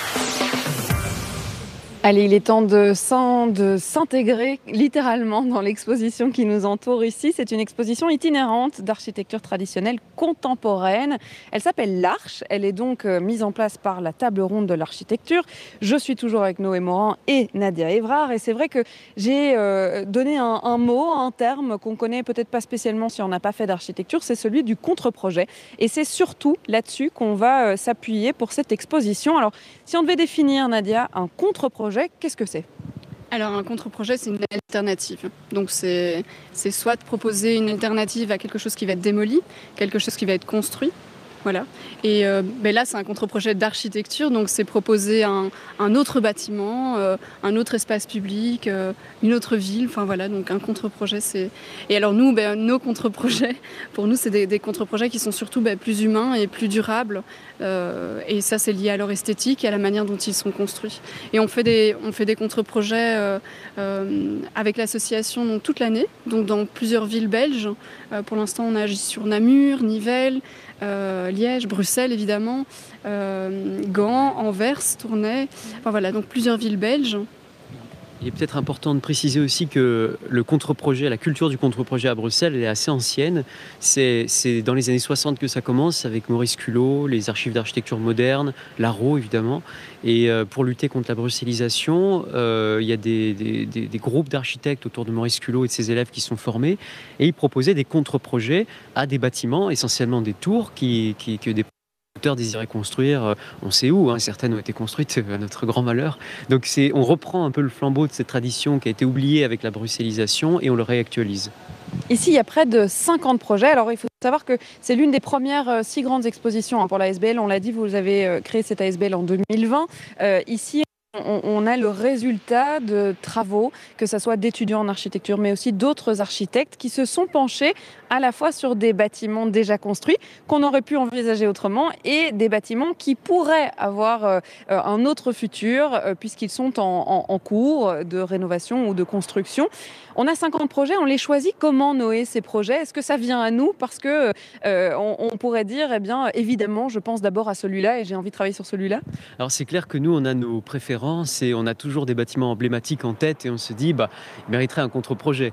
Allez, il est temps de, de s'intégrer littéralement dans l'exposition qui nous entoure ici. C'est une exposition itinérante d'architecture traditionnelle contemporaine. Elle s'appelle l'Arche. Elle est donc mise en place par la Table Ronde de l'Architecture. Je suis toujours avec Noé Morin et Nadia Évrard. Et c'est vrai que j'ai euh, donné un, un mot, un terme qu'on connaît peut-être pas spécialement si on n'a pas fait d'architecture. C'est celui du contre-projet. Et c'est surtout là-dessus qu'on va euh, s'appuyer pour cette exposition. Alors, si on devait définir, Nadia, un contre-projet, qu'est-ce que c'est ? Alors un contre-projet, c'est une alternative. Donc c'est, c'est soit de proposer une alternative à quelque chose qui va être démoli, quelque chose qui va être construit. Voilà. Et euh, ben là, c'est un contre-projet d'architecture, donc c'est proposer un, un autre bâtiment, euh, un autre espace public, euh, une autre ville. Enfin voilà, donc un contre-projet, c'est. Et alors nous, ben, nos contre-projets, pour nous, c'est des, des contre-projets qui sont surtout ben, plus humains et plus durables. Euh, et ça, c'est lié à leur esthétique et à la manière dont ils sont construits. Et on fait des, on fait des contre-projets euh, euh, avec l'association donc, toute l'année, donc dans plusieurs villes belges. Euh, pour l'instant, on agit sur Namur, Nivelles. Euh, Liège, Bruxelles évidemment, euh, Gand, Anvers, Tournai, enfin voilà, donc plusieurs villes belges. Il est peut-être important de préciser aussi que le contre-projet, la culture du contre-projet à Bruxelles, elle est assez ancienne. C'est, c'est dans les années soixante que ça commence avec Maurice Culot, les archives d'architecture moderne, l'Arro évidemment. Et euh, pour lutter contre la bruxellisation, euh, il y a des, des, des, des groupes d'architectes autour de Maurice Culot et de ses élèves qui sont formés. Et ils proposaient des contre-projets à des bâtiments, essentiellement des tours, qui, qui, que des désiraient construire, on sait où, hein, certaines ont été construites à notre grand malheur. Donc c'est, on reprend un peu le flambeau de cette tradition qui a été oubliée avec la bruxellisation et on le réactualise. Ici, il y a près de cinquante projets. Alors, il faut savoir que c'est l'une des premières euh, si grandes expositions hein, pour l'A S B L. On l'a dit, vous avez euh, créé cette A S B L en deux mille vingt. Euh, ici, on a le résultat de travaux, que ce soit d'étudiants en architecture, mais aussi d'autres architectes qui se sont penchés à la fois sur des bâtiments déjà construits, qu'on aurait pu envisager autrement, et des bâtiments qui pourraient avoir euh, un autre futur, euh, puisqu'ils sont en, en, en cours de rénovation ou de construction. On a cinquante projets, on les choisit comment, Noé, ces projets ? Est-ce que ça vient à nous ? Parce que euh, on, on pourrait dire, eh bien, évidemment, je pense d'abord à celui-là et j'ai envie de travailler sur celui-là. Alors c'est clair que nous, on a nos préférences et on a toujours des bâtiments emblématiques en tête et on se dit, bah, il mériterait un contre-projet.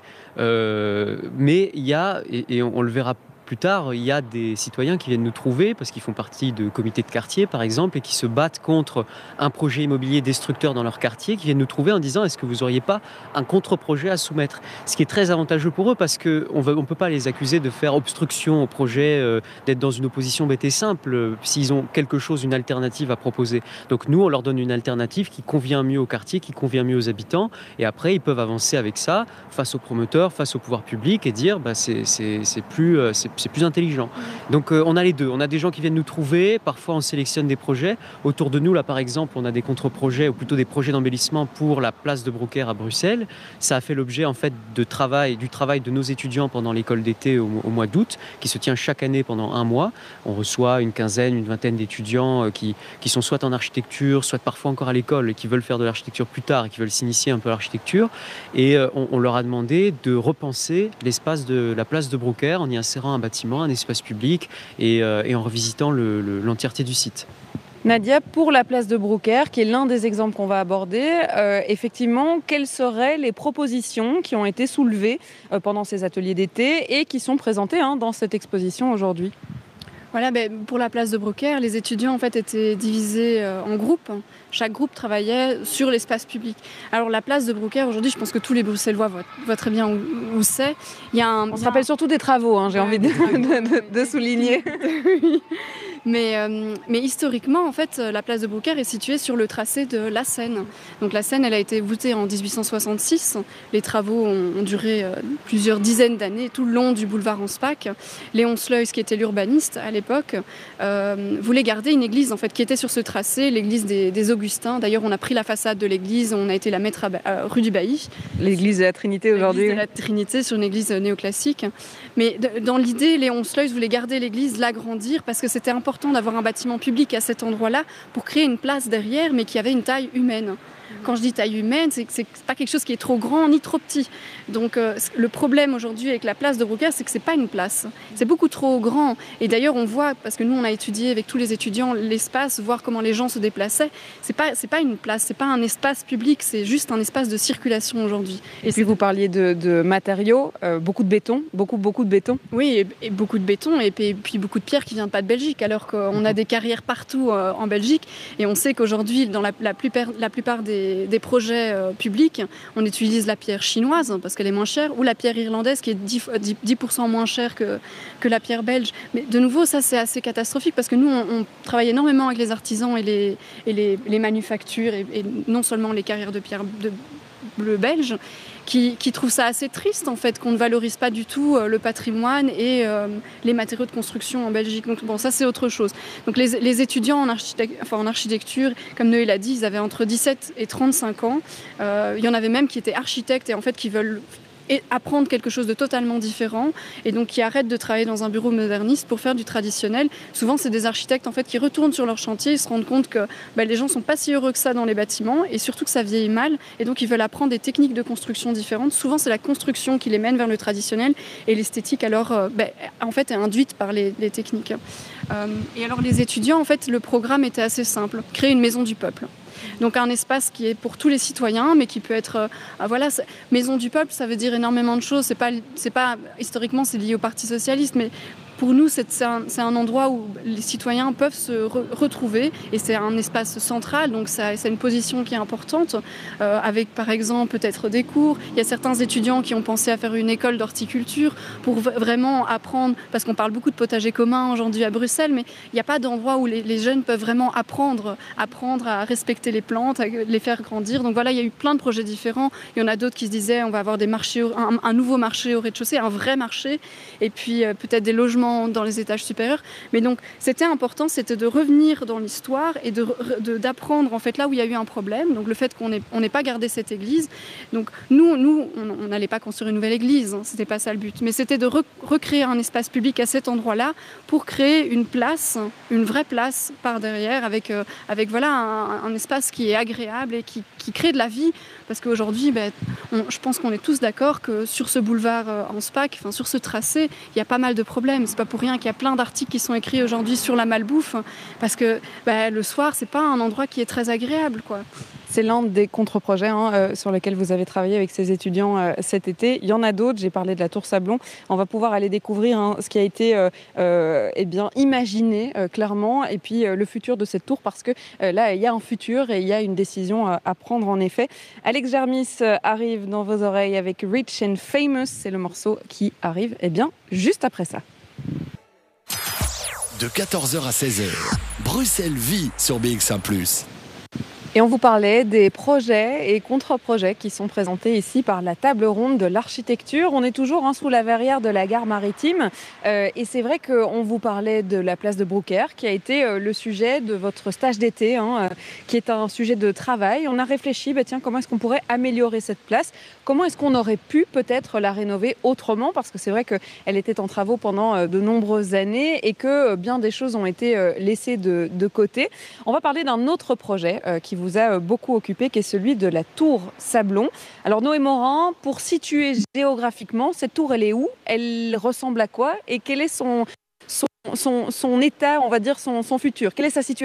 Euh, mais il y a, et, et on, on le verra plus tard, il y a des citoyens qui viennent nous trouver parce qu'ils font partie de comités de quartier, par exemple, et qui se battent contre un projet immobilier destructeur dans leur quartier, qui viennent nous trouver en disant est-ce que vous n'auriez pas un contre-projet à soumettre ? Ce qui est très avantageux pour eux parce qu'on ne peut pas les accuser de faire obstruction au projet, euh, d'être dans une opposition bête et simple, euh, s'ils ont quelque chose, une alternative à proposer. Donc nous, on leur donne une alternative qui convient mieux au quartier, qui convient mieux aux habitants, et après, ils peuvent avancer avec ça face aux promoteurs, face au pouvoir public, et dire bah, c'est, c'est, c'est plus... Euh, c'est, c'est plus intelligent. Donc euh, on a les deux. On a des gens qui viennent nous trouver, parfois on sélectionne des projets. Autour de nous, là par exemple, on a des contre-projets, ou plutôt des projets d'embellissement pour la place de Brouckère à Bruxelles. Ça a fait l'objet en fait de travail, du travail de nos étudiants pendant l'école d'été au, au mois d'août, qui se tient chaque année pendant un mois. On reçoit une quinzaine, une vingtaine d'étudiants euh, qui, qui sont soit en architecture, soit parfois encore à l'école, et qui veulent faire de l'architecture plus tard, et qui veulent s'initier un peu à l'architecture. Et euh, on, on leur a demandé de repenser l'espace de la place de Brouckère en y insérant un bâtiment, un espace public et, euh, et en revisitant le, le, l'entièreté du site. Nadia, pour la place de Brouckère, qui est l'un des exemples qu'on va aborder, euh, effectivement, quelles seraient les propositions qui ont été soulevées euh, pendant ces ateliers d'été et qui sont présentées hein, dans cette exposition aujourd'hui? Voilà, ben, pour la place de Brouckère, les étudiants en fait étaient divisés euh, en groupes. Chaque groupe travaillait sur l'espace public. Alors la place de Brouckère, aujourd'hui, je pense que tous les Bruxellois voient, voient très bien où, où c'est. Il y a un, On se rappelle surtout des travaux, hein, j'ai ouais, envie de, de, de, de souligner. Oui. Mais, euh, mais historiquement, en fait, la place de Brouckère est située sur le tracé de la Seine. Donc la Seine, elle a été voûtée en dix-huit cent soixante-six. Les travaux ont, ont duré euh, plusieurs dizaines d'années, tout le long du boulevard Anspach. Léon Sluys, qui était l'urbaniste à l'époque, euh, voulait garder une église en fait, qui était sur ce tracé, l'église des, des Augustins. D'ailleurs, on a pris la façade de l'église, on a été la mettre à, à rue du Bailly. L'église de la Trinité aujourd'hui. L'église de la Trinité, sur une église néoclassique. Mais de, dans l'idée, Léon Sluys voulait garder l'église, l'agrandir, parce que c'était important d'avoir un bâtiment public à cet endroit-là pour créer une place derrière, mais qui avait une taille humaine. Quand je dis taille humaine, c'est que c'est pas quelque chose qui est trop grand ni trop petit. Donc euh, le problème aujourd'hui avec la place de Brouckère, c'est que c'est pas une place. C'est beaucoup trop grand. Et d'ailleurs, on voit, parce que nous, on a étudié avec tous les étudiants l'espace, voir comment les gens se déplaçaient. C'est pas, c'est pas une place, c'est pas un espace public, c'est juste un espace de circulation aujourd'hui. Et, et puis vous parliez de, de matériaux, euh, beaucoup de béton, beaucoup, beaucoup de béton. Oui, et, et beaucoup de béton, et puis, et puis beaucoup de pierres qui viennent pas de Belgique, alors qu'on a des carrières partout euh, en Belgique. Et on sait qu'aujourd'hui, dans la, la, plupart, la plupart des des projets euh, publics, on utilise la pierre chinoise parce qu'elle est moins chère, ou la pierre irlandaise qui est dix pour cent moins chère que, que la pierre belge. Mais de nouveau, ça c'est assez catastrophique parce que nous, on, on travaille énormément avec les artisans et les, et les, les manufactures, et, et non seulement les carrières de pierre de, bleu belge, qui, qui trouvent ça assez triste en fait, qu'on ne valorise pas du tout euh, le patrimoine et euh, les matériaux de construction en Belgique. Donc bon, ça c'est autre chose. Donc les, les étudiants en, architect- enfin, en architecture, comme Noé l'a dit, ils avaient entre dix-sept et trente-cinq ans. Euh, il y en avait même qui étaient architectes et en fait qui veulent et apprendre quelque chose de totalement différent, et donc qui arrêtent de travailler dans un bureau moderniste pour faire du traditionnel. Souvent, c'est des architectes en fait qui retournent sur leur chantier, ils se rendent compte que bah, les gens sont pas si heureux que ça dans les bâtiments, et surtout que ça vieillit mal, et donc ils veulent apprendre des techniques de construction différentes. Souvent, c'est la construction qui les mène vers le traditionnel, et l'esthétique alors euh, bah, en fait est induite par les, les techniques. Euh, et alors les étudiants, en fait, le programme était assez simple: créer une maison du peuple. Donc un espace qui est pour tous les citoyens, mais qui peut être... Euh, voilà, maison du peuple, ça veut dire énormément de choses. C'est pas, c'est pas, historiquement, c'est lié au Parti socialiste, mais pour nous, c'est, c'est, un, c'est un endroit où les citoyens peuvent se re- retrouver, et c'est un espace central, donc ça, c'est une position qui est importante, euh, avec par exemple peut-être des cours. Il y a certains étudiants qui ont pensé à faire une école d'horticulture pour v- vraiment apprendre, parce qu'on parle beaucoup de potager commun aujourd'hui à Bruxelles, mais il n'y a pas d'endroit où les, les jeunes peuvent vraiment apprendre, apprendre à respecter les plantes, à les faire grandir. Donc voilà, il y a eu plein de projets différents. Il y en a d'autres qui se disaient on va avoir des marchés, un, un nouveau marché au rez-de-chaussée, un vrai marché, et puis euh, peut-être des logements dans les étages supérieurs. Mais donc c'était important, c'était de revenir dans l'histoire et de, de, d'apprendre en fait là où il y a eu un problème, donc le fait qu'on n'ait on n'ait pas gardé cette église. Donc nous, nous on n'allait pas construire une nouvelle église, hein, c'était pas ça le but, mais c'était de re- recréer un espace public à cet endroit-là pour créer une place, une vraie place par derrière, avec, euh, avec voilà, un, un espace qui est agréable et qui, qui crée de la vie. Parce qu'aujourd'hui, ben, on, je pense qu'on est tous d'accord que sur ce boulevard euh, Anspach, enfin sur ce tracé, il y a pas mal de problèmes. C'est pas pour rien qu'il y a plein d'articles qui sont écrits aujourd'hui sur la malbouffe, parce que ben, le soir, c'est pas un endroit qui est très agréable, quoi. C'est l'un des contre-projets hein, euh, sur lesquels vous avez travaillé avec ces étudiants euh, cet été. Il y en a d'autres, j'ai parlé de la Tour Sablon. On va pouvoir aller découvrir hein, ce qui a été euh, euh, eh bien, imaginé euh, clairement, et puis euh, le futur de cette tour, parce que euh, là, il y a un futur et il y a une décision euh, à prendre en effet. Alex Jarmis euh, arrive dans vos oreilles avec Rich and Famous. C'est le morceau qui arrive eh bien, juste après ça. De quatorze heures à seize heures, Bruxelles vit sur B X un plus. Et on vous parlait des projets et contre-projets qui sont présentés ici par la table ronde de l'architecture. On est toujours hein, sous la verrière de la gare maritime. Euh, et c'est vrai qu'on vous parlait de la place de Brouckère, qui a été euh, le sujet de votre stage d'été, hein, euh, qui est un sujet de travail. On a réfléchi, bah, tiens, comment est-ce qu'on pourrait améliorer cette place ? Comment est-ce qu'on aurait pu peut-être la rénover autrement ? Parce que c'est vrai qu'elle était en travaux pendant euh, de nombreuses années et que euh, bien des choses ont été euh, laissées de, de côté. On va parler d'un autre projet euh, qui vous a beaucoup occupé, qui est celui de la Tour Sablon. Alors Noé Morin, pour situer géographiquement, cette tour, elle est où ? Elle ressemble à quoi ? Et quel est son, son, son, son état, on va dire, son, son futur ? Quelle est sa situation ?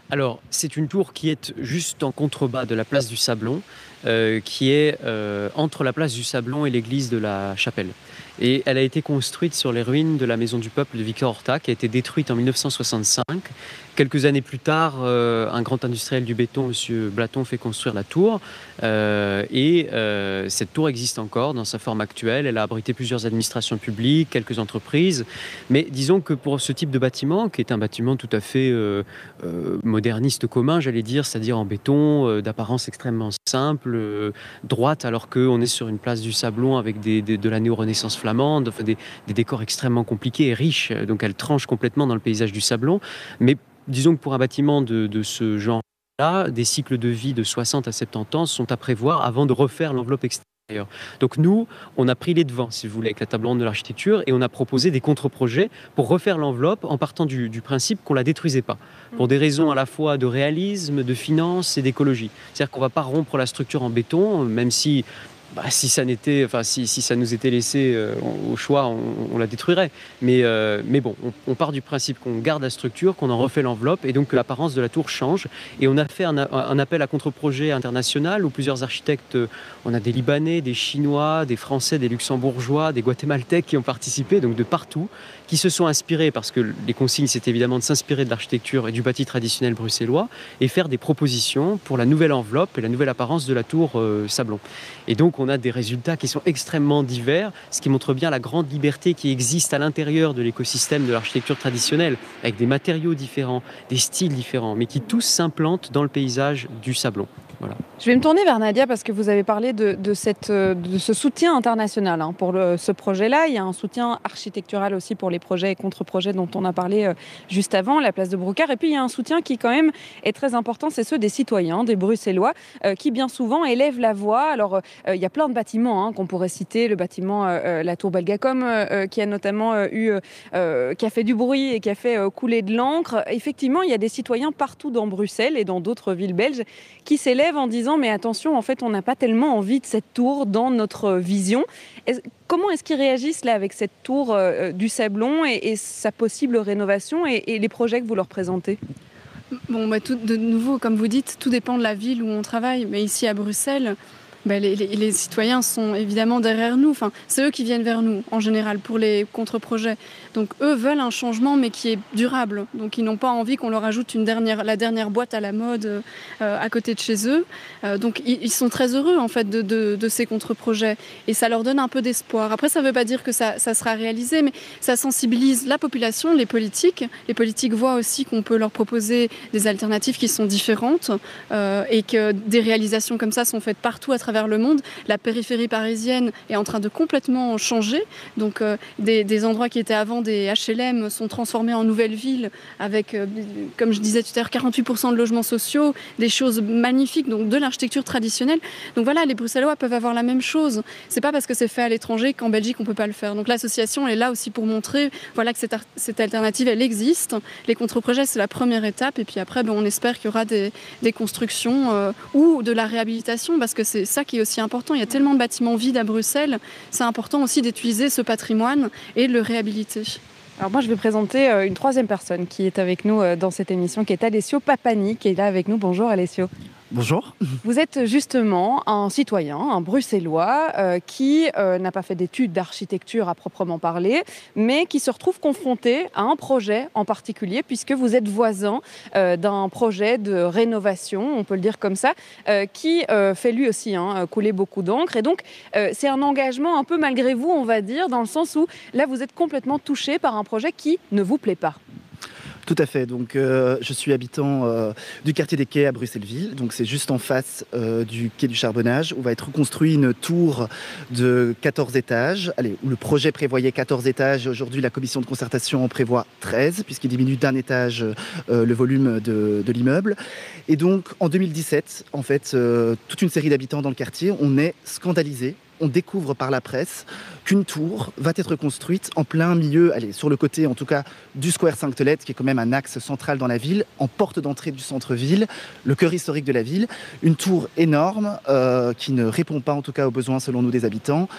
Alors, c'est une tour qui est juste en contrebas de la place du Sablon, euh, qui est euh, entre la place du Sablon et l'église de la Chapelle. Et elle a été construite sur les ruines de la Maison du Peuple de Victor Horta, qui a été détruite en mille neuf cent soixante-cinq. Quelques années plus tard, euh, un grand industriel du béton, M. Blaton, fait construire la tour. Euh, et euh, cette tour existe encore dans sa forme actuelle. Elle a abrité plusieurs administrations publiques, quelques entreprises. Mais disons que pour ce type de bâtiment, qui est un bâtiment tout à fait euh, euh, moderniste commun, j'allais dire, c'est-à-dire en béton, euh, d'apparence extrêmement simple, euh, droite, alors qu'on est sur une place du Sablon avec des, des, de la néo-renaissance flamande, enfin des, des décors extrêmement compliqués et riches. Donc elle tranche complètement dans le paysage du Sablon. Mais disons que pour un bâtiment de, de ce genre-là, des cycles de vie de soixante à soixante-dix ans sont à prévoir avant de refaire l'enveloppe extérieure. Donc nous, on a pris les devants, si vous voulez, avec la table ronde de l'architecture, et on a proposé des contre-projets pour refaire l'enveloppe en partant du, du principe qu'on ne la détruisait pas, pour des raisons à la fois de réalisme, de finance et d'écologie. C'est-à-dire qu'on ne va pas rompre la structure en béton, même si... Bah, si ça n'était, enfin si, si ça nous était laissé euh, au choix, on, on la détruirait. Mais, euh, mais bon, on, on part du principe qu'on garde la structure, qu'on en refait l'enveloppe, et donc que l'apparence de la tour change. Et on a fait un, un appel à contre-projet international où plusieurs architectes, on a des Libanais, des Chinois, des Français, des Luxembourgeois, des Guatémaltèques qui ont participé, donc de partout, qui se sont inspirés, parce que les consignes, c'est évidemment de s'inspirer de l'architecture et du bâti traditionnel bruxellois, et faire des propositions pour la nouvelle enveloppe et la nouvelle apparence de la tour euh, Sablon. Et donc, on a des résultats qui sont extrêmement divers, ce qui montre bien la grande liberté qui existe à l'intérieur de l'écosystème de l'architecture traditionnelle, avec des matériaux différents, des styles différents, mais qui tous s'implantent dans le paysage du Sablon. Voilà. Je vais me tourner vers Nadia parce que vous avez parlé de, de, cette, de ce soutien international hein, pour le, ce projet-là. Il y a un soutien architectural aussi pour les projets et contre-projets dont on a parlé euh, juste avant, la place de Brouckart. Et puis il y a un soutien qui quand même est très important, c'est ceux des citoyens, des Bruxellois, euh, qui bien souvent élèvent la voix. Alors euh, il y a plein de bâtiments hein, qu'on pourrait citer, le bâtiment euh, la tour Belgacom euh, qui a notamment euh, eu, euh, qui a fait du bruit et qui a fait euh, couler de l'encre. Effectivement, il y a des citoyens partout dans Bruxelles et dans d'autres villes belges qui s'élèvent en disant mais attention, en fait on n'a pas tellement envie de cette tour dans notre vision. Est-ce, comment est-ce qu'ils réagissent là avec cette tour euh, du Sablon et, et sa possible rénovation et, et les projets que vous leur présentez? Bon, bah, tout, de nouveau, comme vous dites, tout dépend de la ville où on travaille. Mais ici à Bruxelles, bah, les, les, les citoyens sont évidemment derrière nous. Enfin, c'est eux qui viennent vers nous en général pour les contre-projets. Donc eux veulent un changement mais qui est durable. Donc ils n'ont pas envie qu'on leur ajoute une dernière, la dernière boîte à la mode euh, à côté de chez eux. Euh, donc ils, ils sont très heureux en fait de, de, de ces contre-projets et ça leur donne un peu d'espoir. Après ça ne veut pas dire que ça, ça sera réalisé, mais ça sensibilise la population, les politiques. Les politiques voient aussi qu'on peut leur proposer des alternatives qui sont différentes euh, et que des réalisations comme ça sont faites partout à travers le monde. La périphérie parisienne est en train de complètement changer. Donc euh, des, des endroits qui étaient avant des H L M sont transformés en nouvelles villes avec, euh, comme je disais tout à l'heure, quarante-huit pour cent de logements sociaux, des choses magnifiques, donc de l'architecture traditionnelle. Donc voilà, les Bruxellois peuvent avoir la même chose. C'est pas parce que c'est fait à l'étranger qu'en Belgique on peut pas le faire. Donc l'association est là aussi pour montrer, voilà, que cette, cette alternative elle existe. Les contre-projets c'est la première étape et puis après ben, on espère qu'il y aura des, des constructions euh, ou de la réhabilitation parce que c'est ça qui est aussi important. Il y a tellement de bâtiments vides à Bruxelles, c'est important aussi d'utiliser ce patrimoine et de le réhabiliter. Alors moi, je vais présenter une troisième personne qui est avec nous dans cette émission, qui est Alessio Papani, qui est là avec nous. Bonjour Alessio. Bonjour. Vous êtes justement un citoyen, un bruxellois, euh, qui euh, n'a pas fait d'études d'architecture à proprement parler, mais qui se retrouve confronté à un projet en particulier, puisque vous êtes voisin euh, d'un projet de rénovation, on peut le dire comme ça, euh, qui euh, fait lui aussi hein, couler beaucoup d'encre. Et donc, euh, c'est un engagement un peu malgré vous, on va dire, dans le sens où là, vous êtes complètement touché par un projet qui ne vous plaît pas. Tout à fait. Donc, euh, je suis habitant euh, du quartier des Quais à Bruxelles-Ville. Donc, c'est juste en face euh, du quai du Charbonnage où va être construite une tour de quatorze étages. Allez, où le projet prévoyait quatorze étages. Aujourd'hui, la commission de concertation en prévoit treize, puisqu'il diminue d'un étage euh, le volume de, de l'immeuble. Et donc, en deux mille dix-sept, en fait, euh, toute une série d'habitants dans le quartier, on est scandalisés. On découvre par la presse qu'une tour va être construite en plein milieu, allez, sur le côté en tout cas du Square Sainte-Tolette, qui est quand même un axe central dans la ville, en porte d'entrée du centre-ville, le cœur historique de la ville. Une tour énorme euh, qui ne répond pas en tout cas aux besoins selon nous des habitants,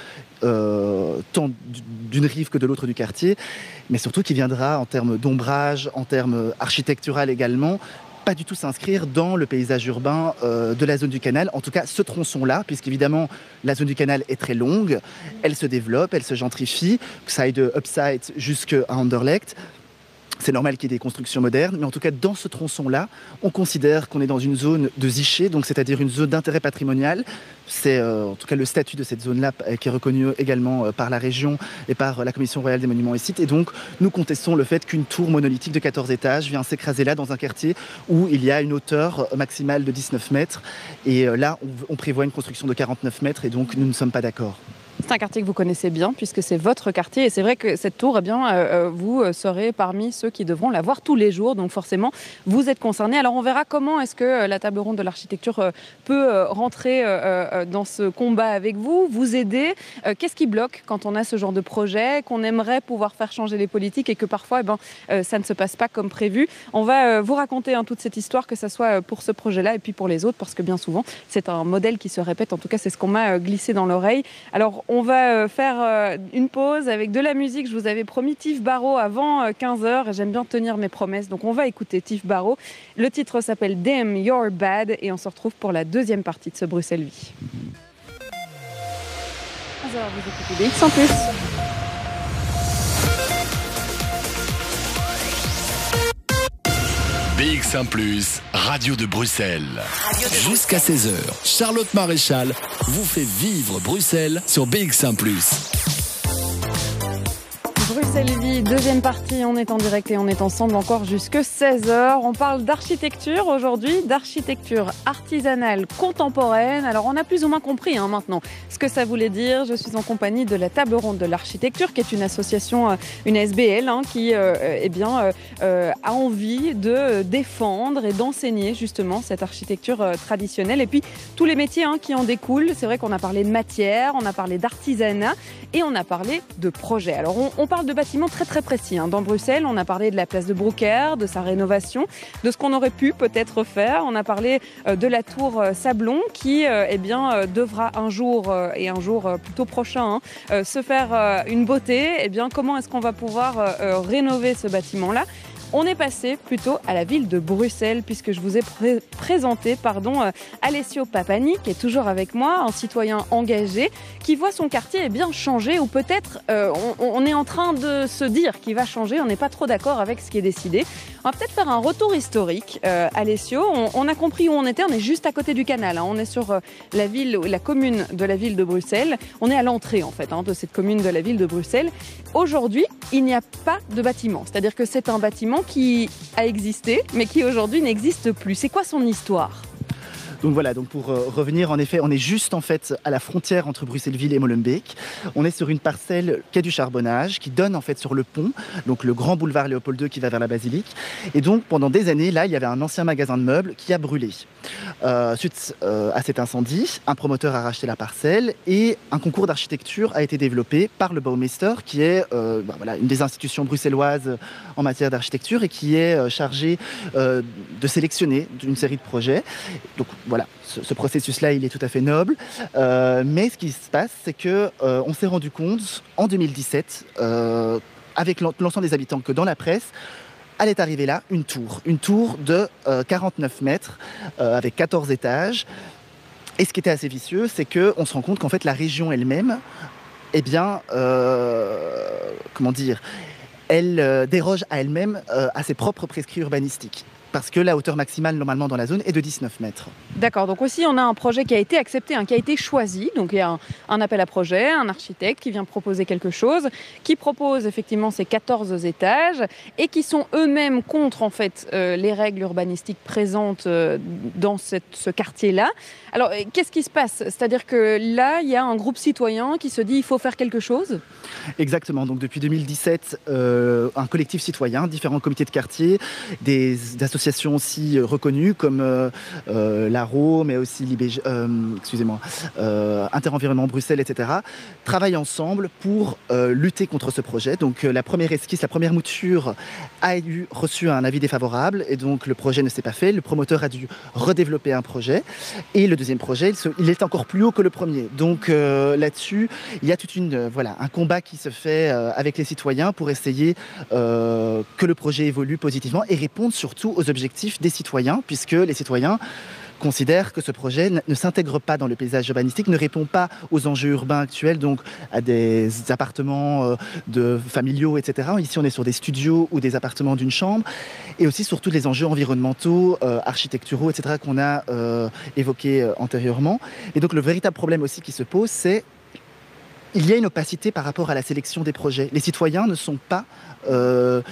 euh, tant d'une rive que de l'autre du quartier, mais surtout qui viendra en termes d'ombrage, en termes architectural également, pas du tout s'inscrire dans le paysage urbain euh, de la zone du canal, en tout cas ce tronçon-là, puisqu'évidemment la zone du canal est très longue, elle se développe, elle se gentrifie, que ça aille de Upside jusqu'à Anderlecht. C'est normal qu'il y ait des constructions modernes, mais en tout cas, dans ce tronçon-là, on considère qu'on est dans une zone de Ziché, donc c'est-à-dire une zone d'intérêt patrimonial. C'est euh, en tout cas le statut de cette zone-là qui est reconnu également euh, par la région et par la Commission royale des monuments et sites. Et donc, nous contestons le fait qu'une tour monolithique de quatorze étages vient s'écraser là, dans un quartier où il y a une hauteur maximale de dix-neuf mètres. Et euh, là, on, on prévoit une construction de quarante-neuf mètres, et donc nous ne sommes pas d'accord. C'est un quartier que vous connaissez bien puisque c'est votre quartier et c'est vrai que cette tour, eh bien, euh, vous serez parmi ceux qui devront la voir tous les jours, donc forcément vous êtes concernés. Alors on verra comment est-ce que la table ronde de l'architecture peut rentrer euh, dans ce combat avec vous, vous aider. Euh, qu'est-ce qui bloque quand on a ce genre de projet, qu'on aimerait pouvoir faire changer les politiques et que parfois eh ben, euh, ça ne se passe pas comme prévu. On va euh, vous raconter hein, toute cette histoire, que ce soit pour ce projet-là et puis pour les autres, parce que bien souvent c'est un modèle qui se répète, en tout cas c'est ce qu'on m'a glissé dans l'oreille. Alors on va faire une pause avec de la musique. Je vous avais promis Tiff Barrow avant quinze heures et j'aime bien tenir mes promesses. Donc on va écouter Tiff Barrow. Le titre s'appelle Damn You're Bad et on se retrouve pour la deuxième partie de ce Bruxelles Vie. quinze heures, vous écoutez B X en plus. B X un plus, Radio de Bruxelles. Jusqu'à seize heures, Charlotte Maréchal vous fait vivre Bruxelles sur B X un plus. Bruxelles Vie, deuxième partie, on est en direct et on est ensemble encore jusque seize heures. On parle d'architecture aujourd'hui, d'architecture artisanale contemporaine. Alors on a plus ou moins compris hein, maintenant ce que ça voulait dire. Je suis en compagnie de la Table Ronde de l'Architecture, qui est une association, une A S B L, hein, qui euh, eh bien, euh, a envie de défendre et d'enseigner justement cette architecture euh, traditionnelle. Et puis tous les métiers hein, qui en découlent. C'est vrai qu'on a parlé de matière, on a parlé d'artisanat et on a parlé de projet. Alors on, on parle de bâtiments très très précis. Hein. Dans Bruxelles, on a parlé de la place de Brouckère, de sa rénovation, de ce qu'on aurait pu peut-être faire. On a parlé euh, de la tour euh, Sablon qui euh, eh bien, euh, devra un jour, euh, et un jour euh, plutôt prochain, hein, euh, se faire euh, une beauté. Eh bien, comment est-ce qu'on va pouvoir euh, euh, rénover ce bâtiment-là ? On est passé plutôt à la ville de Bruxelles puisque je vous ai pré- présenté pardon, euh, Alessio Papani qui est toujours avec moi, un citoyen engagé qui voit son quartier eh bien, changer ou peut-être euh, on, on est en train de se dire qu'il va changer, on n'est pas trop d'accord avec ce qui est décidé. On va peut-être faire un retour historique. Euh, Alessio, on, on a compris où on était, on est juste à côté du canal, hein. On est sur euh, la ville, la commune de la ville de Bruxelles. On est à l'entrée en fait hein, de cette commune de la ville de Bruxelles. Aujourd'hui, il n'y a pas de bâtiment, c'est-à-dire que c'est un bâtiment qui a existé, mais qui aujourd'hui n'existe plus. C'est quoi son histoire ? Donc voilà, donc pour euh, revenir, en effet, on est juste en fait à la frontière entre Bruxelles-Ville et Molenbeek. On est sur une parcelle quai du Charbonnage qui donne en fait sur le pont, donc le grand boulevard Léopold deux qui va vers la basilique. Et donc pendant des années, là, il y avait un ancien magasin de meubles qui a brûlé. Euh, suite euh, à cet incendie, un promoteur a racheté la parcelle et un concours d'architecture a été développé par le Bouwmeester, qui est euh, bah, voilà, une des institutions bruxelloises en matière d'architecture et qui est euh, chargée euh, de sélectionner une série de projets. Donc voilà, ce, ce processus-là, il est tout à fait noble. Euh, mais ce qui se passe, c'est qu'on euh, s'est rendu compte en deux mille dix-sept, euh, avec l'ensemble des habitants, que dans la presse, allait arriver là une tour. Une tour de euh, quarante-neuf mètres, euh, avec quatorze étages. Et ce qui était assez vicieux, c'est qu'on se rend compte qu'en fait, la région elle-même, eh bien, euh, comment dire, elle euh, déroge à elle-même euh, à ses propres prescrits urbanistiques. Parce que la hauteur maximale normalement dans la zone est de dix-neuf mètres. D'accord, donc aussi on a un projet qui a été accepté, hein, qui a été choisi. Donc il y a un, un appel à projet, un architecte qui vient proposer quelque chose, qui propose effectivement ces quatorze étages et qui sont eux-mêmes contre en fait euh, les règles urbanistiques présentes euh, dans cette, ce quartier-là. Alors qu'est-ce qui se passe ? C'est-à-dire que là il y a un groupe citoyen qui se dit il faut faire quelque chose ? Exactement, donc depuis deux mille dix-sept, euh, un collectif citoyen, différents comités de quartier, des, des associations aussi reconnues comme euh, euh, l'A R O, mais aussi l'I B G, euh, excusez-moi, euh, Interenvironnement Bruxelles, et cetera, travaillent ensemble pour euh, lutter contre ce projet. Donc euh, la première esquisse, la première mouture a eu reçu un avis défavorable et donc le projet ne s'est pas fait. Le promoteur a dû redévelopper un projet et le deuxième projet, il, se, il est encore plus haut que le premier. Donc euh, là-dessus, il y a toute une, euh, voilà, un combat qui se fait euh, avec les citoyens pour essayer euh, que le projet évolue positivement et répondre surtout aux objectifs des citoyens, puisque les citoyens considèrent que ce projet ne s'intègre pas dans le paysage urbanistique, ne répond pas aux enjeux urbains actuels, donc à des appartements euh, de familiaux, et cetera. Ici, on est sur des studios ou des appartements d'une chambre, et aussi sur tous les enjeux environnementaux, euh, architecturaux, et cetera, qu'on a euh, évoqués euh, antérieurement. Et donc, le véritable problème aussi qui se pose, c'est il y a une opacité par rapport à la sélection des projets. Les citoyens ne sont pas... Euh,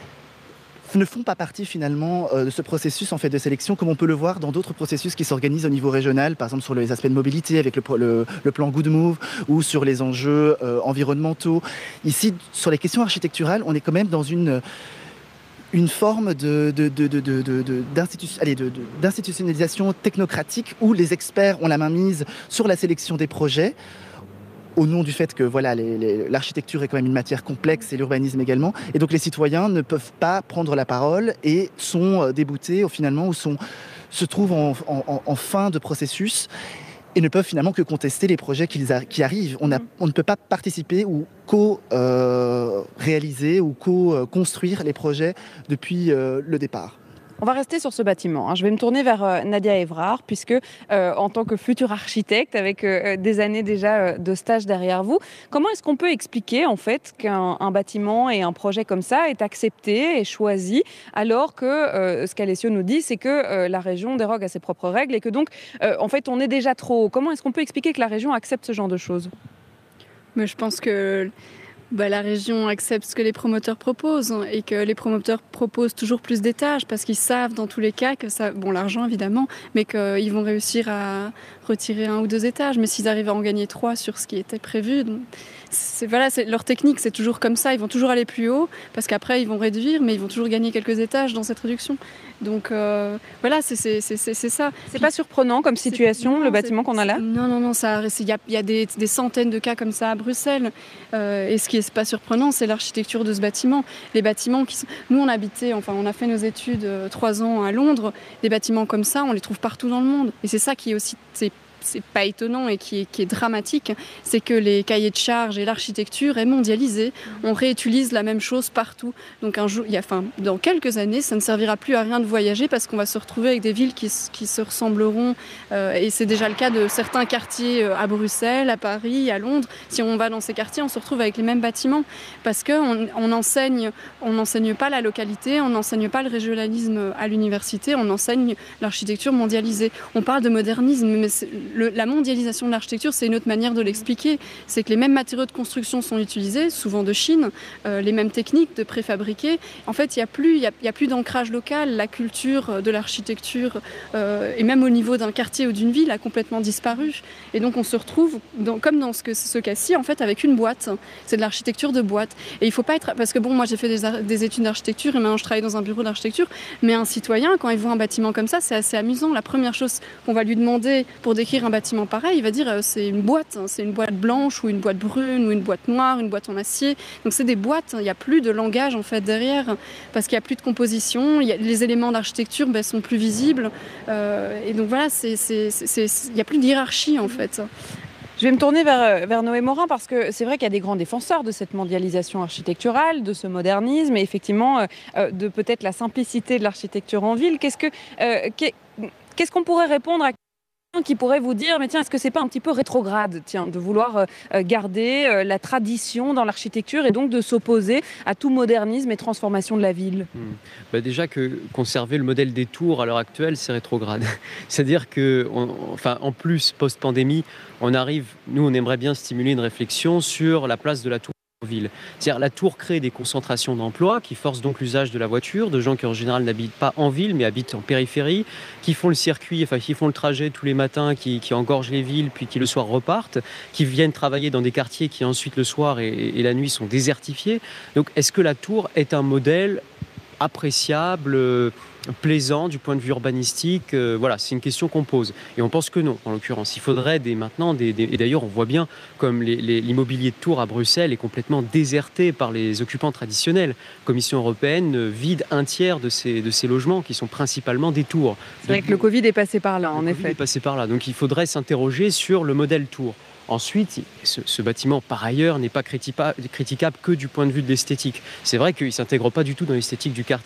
ne font pas partie finalement euh, de ce processus en fait, de sélection, comme on peut le voir dans d'autres processus qui s'organisent au niveau régional, par exemple sur les aspects de mobilité avec le, le, le plan Good Move ou sur les enjeux euh, environnementaux. Ici, sur les questions architecturales, on est quand même dans une, une forme de, de, de, de, de, de, de, d'institu- allez, de, de, d'institutionnalisation technocratique où les experts ont la main mise sur la sélection des projets, au nom du fait que voilà, les, les, l'architecture est quand même une matière complexe et l'urbanisme également. Et donc les citoyens ne peuvent pas prendre la parole et sont déboutés au, finalement, ou sont, se trouvent en, en, en fin de processus et ne peuvent finalement que contester les projets qu'ils a, qui arrivent. On, a, on ne peut pas participer ou co-réaliser euh, ou co-construire les projets depuis euh, le départ. On va rester sur ce bâtiment. Je vais me tourner vers euh, Nadia Évrard, puisque euh, en tant que future architecte, avec euh, des années déjà euh, de stage derrière vous, comment est-ce qu'on peut expliquer en fait qu'un un bâtiment et un projet comme ça est accepté et choisi, alors que euh, ce qu'Alessio nous dit, c'est que euh, la région dérogue à ses propres règles et que donc, euh, en fait, on est déjà trop haut. Comment est-ce qu'on peut expliquer que la région accepte ce genre de choses ? Mais je pense que bah, la région accepte ce que les promoteurs proposent et que les promoteurs proposent toujours plus d'étages parce qu'ils savent dans tous les cas que ça, bon l'argent évidemment, mais qu'ils vont réussir à retirer un ou deux étages. Mais s'ils arrivent à en gagner trois sur ce qui était prévu, donc c'est, voilà, c'est, leur technique c'est toujours comme ça, ils vont toujours aller plus haut parce qu'après ils vont réduire, mais ils vont toujours gagner quelques étages dans cette réduction. Donc euh, voilà, c'est, c'est, c'est, c'est, c'est ça. C'est pas surprenant comme situation, non, le bâtiment qu'on a là ? Non, non, non, il y a, y a des, des centaines de cas comme ça à Bruxelles. Euh, et ce qui n'est pas surprenant, c'est l'architecture de ce bâtiment. Les bâtiments qui sont... Nous, on habitait, enfin, on a fait nos études euh, trois ans à Londres. Des bâtiments comme ça, on les trouve partout dans le monde. Et c'est ça qui est aussi... C'est c'est pas étonnant et qui est, qui est dramatique, c'est que les cahiers de charges et l'architecture est mondialisée. On réutilise la même chose partout. Donc un jour, il y a, enfin, dans quelques années, ça ne servira plus à rien de voyager parce qu'on va se retrouver avec des villes qui, qui se ressembleront. Euh, et c'est déjà le cas de certains quartiers à Bruxelles, à Paris, à Londres. Si on va dans ces quartiers, on se retrouve avec les mêmes bâtiments parce qu'on on enseigne, on n'enseigne pas la localité, on n'enseigne pas le régionalisme à l'université, on enseigne l'architecture mondialisée. On parle de modernisme, mais c'est, Le, la mondialisation de l'architecture, c'est une autre manière de l'expliquer. C'est que les mêmes matériaux de construction sont utilisés, souvent de Chine, euh, les mêmes techniques de préfabriquer. En fait, il n'y a plus, il y a, il y a plus d'ancrage local. La culture de l'architecture, euh, et même au niveau d'un quartier ou d'une ville, a complètement disparu. Et donc, on se retrouve, dans, comme dans ce, que, ce cas-ci, en fait, avec une boîte. C'est de l'architecture de boîte. Et il ne faut pas être... Parce que bon, moi, j'ai fait des, des études d'architecture et maintenant, je travaille dans un bureau d'architecture. Mais un citoyen, quand il voit un bâtiment comme ça, c'est assez amusant. La première chose qu'on va lui demander pour décrire un bâtiment pareil, il va dire euh, c'est une boîte, hein, c'est une boîte blanche ou une boîte brune ou une boîte noire, une boîte en acier. Donc c'est des boîtes, il hein, n'y a plus de langage en fait derrière parce qu'il n'y a plus de composition, y a, les éléments d'architecture ben, sont plus visibles euh, et donc voilà, c'est, c'est, c'est, c'est, il n'y a plus de hiérarchie en fait. Je vais me tourner vers, vers Noé Morin parce que c'est vrai qu'il y a des grands défenseurs de cette mondialisation architecturale, de ce modernisme et effectivement euh, de peut-être la simplicité de l'architecture en ville. Qu'est-ce, que, euh, qu'est, qu'est-ce qu'on pourrait répondre à qui pourrait vous dire, mais tiens, est-ce que c'est pas un petit peu rétrograde, tiens, de vouloir euh, garder euh, la tradition dans l'architecture et donc de s'opposer à tout modernisme et transformation de la ville ? Mmh. Bah déjà que conserver le modèle des tours à l'heure actuelle, c'est rétrograde. C'est-à-dire que, on, enfin, en plus, post-pandémie, on arrive, nous, on aimerait bien stimuler une réflexion sur la place de la tour. Ville. C'est-à-dire la tour crée des concentrations d'emplois qui forcent donc l'usage de la voiture, de gens qui en général n'habitent pas en ville mais habitent en périphérie, qui font le circuit, enfin qui font le trajet tous les matins, qui, qui engorgent les villes puis qui le soir repartent, qui viennent travailler dans des quartiers qui ensuite le soir et, et la nuit sont désertifiés. Donc est-ce que la tour est un modèle appréciable, euh, plaisant du point de vue urbanistique, euh, voilà, c'est une question qu'on pose. Et on pense que non, en l'occurrence. Il faudrait des, maintenant, des, des, et d'ailleurs on voit bien comme les, les, l'immobilier de tours à Bruxelles est complètement déserté par les occupants traditionnels. La Commission européenne vide un tiers de ces, de ces logements qui sont principalement des tours. C'est vrai que le Covid est passé par là, en le effet. Covid est passé par là, donc il faudrait s'interroger sur le modèle tour. Ensuite, ce, ce bâtiment, par ailleurs, n'est pas critiquable que du point de vue de l'esthétique. C'est vrai qu'il ne s'intègre pas du tout dans l'esthétique du quartier.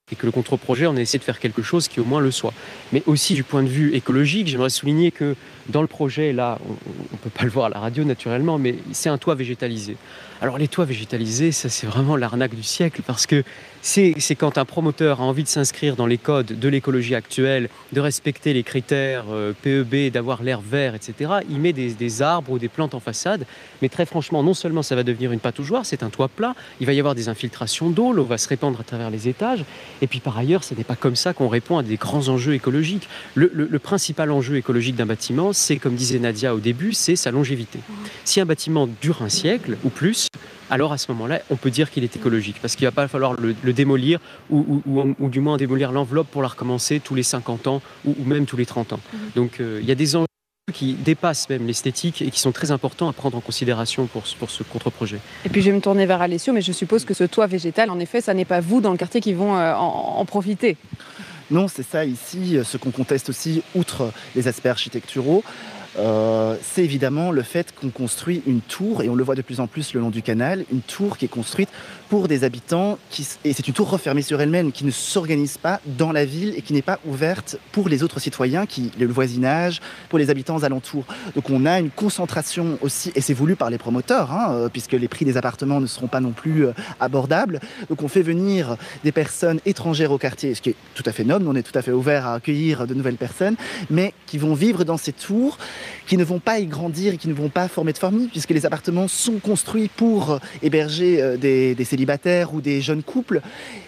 et que le contre-projet, on a essayé de faire quelque chose qui au moins le soit. Mais aussi du point de vue écologique, j'aimerais souligner que dans le projet, là, on ne peut pas le voir à la radio naturellement, mais c'est un toit végétalisé. Alors les toits végétalisés, ça c'est vraiment l'arnaque du siècle, parce que c'est, c'est quand un promoteur a envie de s'inscrire dans les codes de l'écologie actuelle, de respecter les critères euh, P E B, d'avoir l'air vert, et cetera, il met des, des arbres ou des plantes en façade, mais très franchement, non seulement ça va devenir une pataugeoire, c'est un toit plat, il va y avoir des infiltrations d'eau, l'eau va se répandre à travers les étages, et puis par ailleurs, ce n'est pas comme ça qu'on répond à des grands enjeux écologiques. Le, le, le principal enjeu écologique d'un bâtiment, c'est, comme disait Nadia au début, c'est sa longévité. Si un bâtiment dure un siècle ou plus, alors à ce moment-là, on peut dire qu'il est écologique, parce qu'il ne va pas falloir le, le démolir, ou, ou, ou, ou du moins démolir l'enveloppe pour la recommencer tous les cinquante ans, ou, ou même tous les trente ans. Mmh. Donc euh, il y a des enjeux qui dépassent même l'esthétique et qui sont très importants à prendre en considération pour, pour ce contre-projet. Et puis je vais me tourner vers Alessio, mais je suppose que ce toit végétal, en effet, ça n'est pas vous dans le quartier qui vont euh, en, en profiter. Non, c'est ça ici, ce qu'on conteste aussi, outre les aspects architecturaux, Euh, c'est évidemment le fait qu'on construit une tour, et on le voit de plus en plus le long du canal, une tour qui est construite pour des habitants, qui, et c'est une tour refermée sur elle-même, qui ne s'organise pas dans la ville et qui n'est pas ouverte pour les autres citoyens, qui, le voisinage, pour les habitants aux alentours. Donc on a une concentration aussi, et c'est voulu par les promoteurs, hein, puisque les prix des appartements ne seront pas non plus euh, abordables. Donc on fait venir des personnes étrangères au quartier, ce qui est tout à fait noble, on est tout à fait ouvert à accueillir de nouvelles personnes, mais qui vont vivre dans ces tours, qui ne vont pas y grandir et qui ne vont pas former de famille, puisque les appartements sont construits pour héberger des, des célibataires ou des jeunes couples.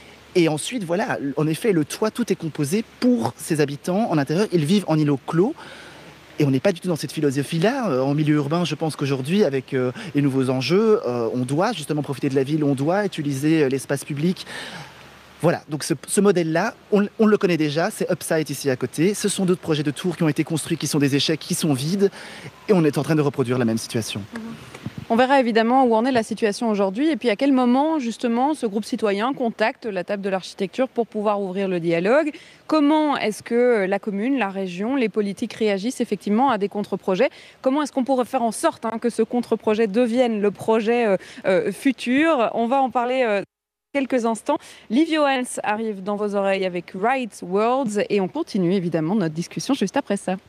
Et ensuite, voilà, en effet, le toit, tout est composé pour ces habitants en intérieur. Ils vivent en îlot clos. Et on n'est pas du tout dans cette philosophie-là. En milieu urbain, je pense qu'aujourd'hui, avec euh, les nouveaux enjeux, euh, on doit justement profiter de la ville, on doit utiliser euh, l'espace public. Voilà, donc ce, ce modèle-là, on, on le connaît déjà, c'est Upside ici à côté. Ce sont d'autres projets de tours qui ont été construits, qui sont des échecs, qui sont vides. Et on est en train de reproduire la même situation. On verra évidemment où en est la situation aujourd'hui et puis à quel moment justement ce groupe citoyen contacte la table de l'architecture pour pouvoir ouvrir le dialogue. Comment est-ce que la commune, la région, les politiques réagissent effectivement à des contre-projets? Comment est-ce qu'on pourrait faire en sorte hein, que ce contre-projet devienne le projet euh, euh, futur? On va en parler euh, quelques instants. Liv Joels arrive dans vos oreilles avec Right Worlds et on continue évidemment notre discussion juste après ça.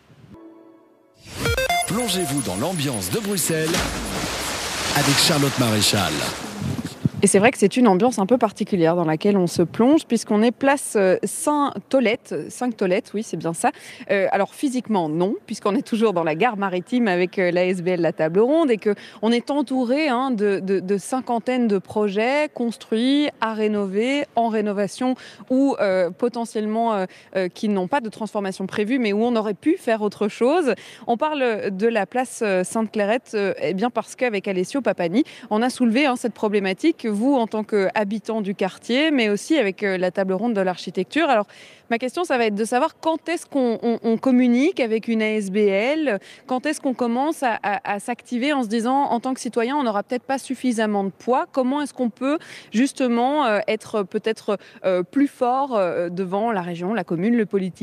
Plongez-vous dans l'ambiance de Bruxelles avec Charlotte Maréchal. Et c'est vrai que c'est une ambiance un peu particulière dans laquelle on se plonge puisqu'on est place Saint-Tolette, cinq Tolettes, oui c'est bien ça. Euh, alors physiquement non, puisqu'on est toujours dans la gare maritime avec l'A S B L La Table Ronde et qu'on est entouré hein, de, de, de cinquantaines de projets construits, à rénover, en rénovation ou euh, potentiellement euh, euh, qui n'ont pas de transformation prévue mais où on aurait pu faire autre chose. On parle de la place Sainte-Clairette euh, eh bien parce qu'avec Alessio Papani, on a soulevé hein, cette problématique vous en tant qu'habitant du quartier, mais aussi avec la table ronde de l'architecture. Alors, ma question, ça va être de savoir quand est-ce qu'on on, on communique avec une A S B L, quand est-ce qu'on commence à, à, à s'activer en se disant, en tant que citoyen, on n'aura peut-être pas suffisamment de poids. Comment est-ce qu'on peut justement euh, être peut-être euh, plus fort euh, devant la région, la commune, le politique ?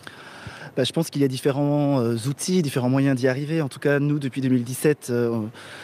Bah, je pense qu'il y a différents euh, outils, différents moyens d'y arriver. En tout cas, nous, depuis deux mille dix-sept... Euh,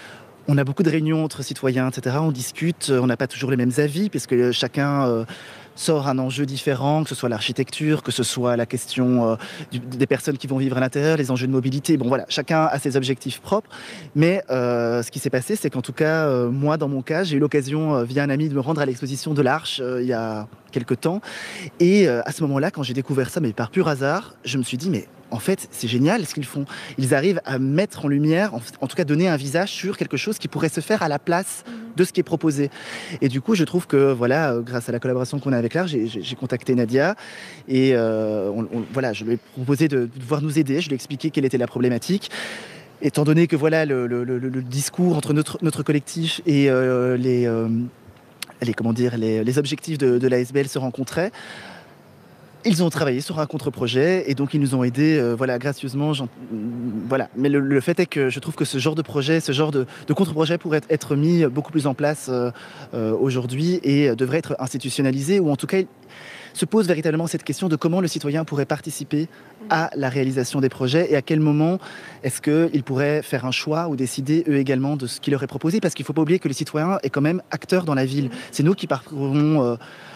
on a beaucoup de réunions entre citoyens, et cetera. On discute, on n'a pas toujours les mêmes avis, puisque chacun euh, sort un enjeu différent, que ce soit l'architecture, que ce soit la question euh, du, des personnes qui vont vivre à l'intérieur, les enjeux de mobilité. Bon voilà, chacun a ses objectifs propres. Mais euh, ce qui s'est passé, c'est qu'en tout cas, euh, moi, dans mon cas, j'ai eu l'occasion, euh, via un ami, de me rendre à l'exposition de l'Arche euh, il y a quelques temps. Et euh, à ce moment-là, quand j'ai découvert ça, mais par pur hasard, je me suis dit, mais en fait, c'est génial ce qu'ils font. Ils arrivent à mettre en lumière, en, en tout cas donner un visage sur quelque chose qui pourrait se faire à la place de ce qui est proposé. Et du coup, je trouve que, voilà, grâce à la collaboration qu'on a avec l'Arche, j'ai, j'ai contacté Nadia et euh, on, on, voilà, je lui ai proposé de, de pouvoir nous aider. Je lui ai expliqué quelle était la problématique. Étant donné que voilà, le, le, le, le discours entre notre, notre collectif et euh, les, euh, les, comment dire, les, les objectifs de, de l'A S B L se rencontraient, ils ont travaillé sur un contre-projet et donc ils nous ont aidés, euh, voilà, gracieusement. Voilà. Mais le, le fait est que je trouve que ce genre de projet, ce genre de, de contre-projet pourrait être, être mis beaucoup plus en place euh, euh, aujourd'hui et devrait être institutionnalisé, ou en tout cas il se pose véritablement cette question de comment le citoyen pourrait participer à la réalisation des projets et à quel moment est-ce qu'il pourrait faire un choix ou décider eux également de ce qu'il leur est proposé, parce qu'il ne faut pas oublier que le citoyen est quand même acteur dans la ville. C'est nous qui parcourons euh,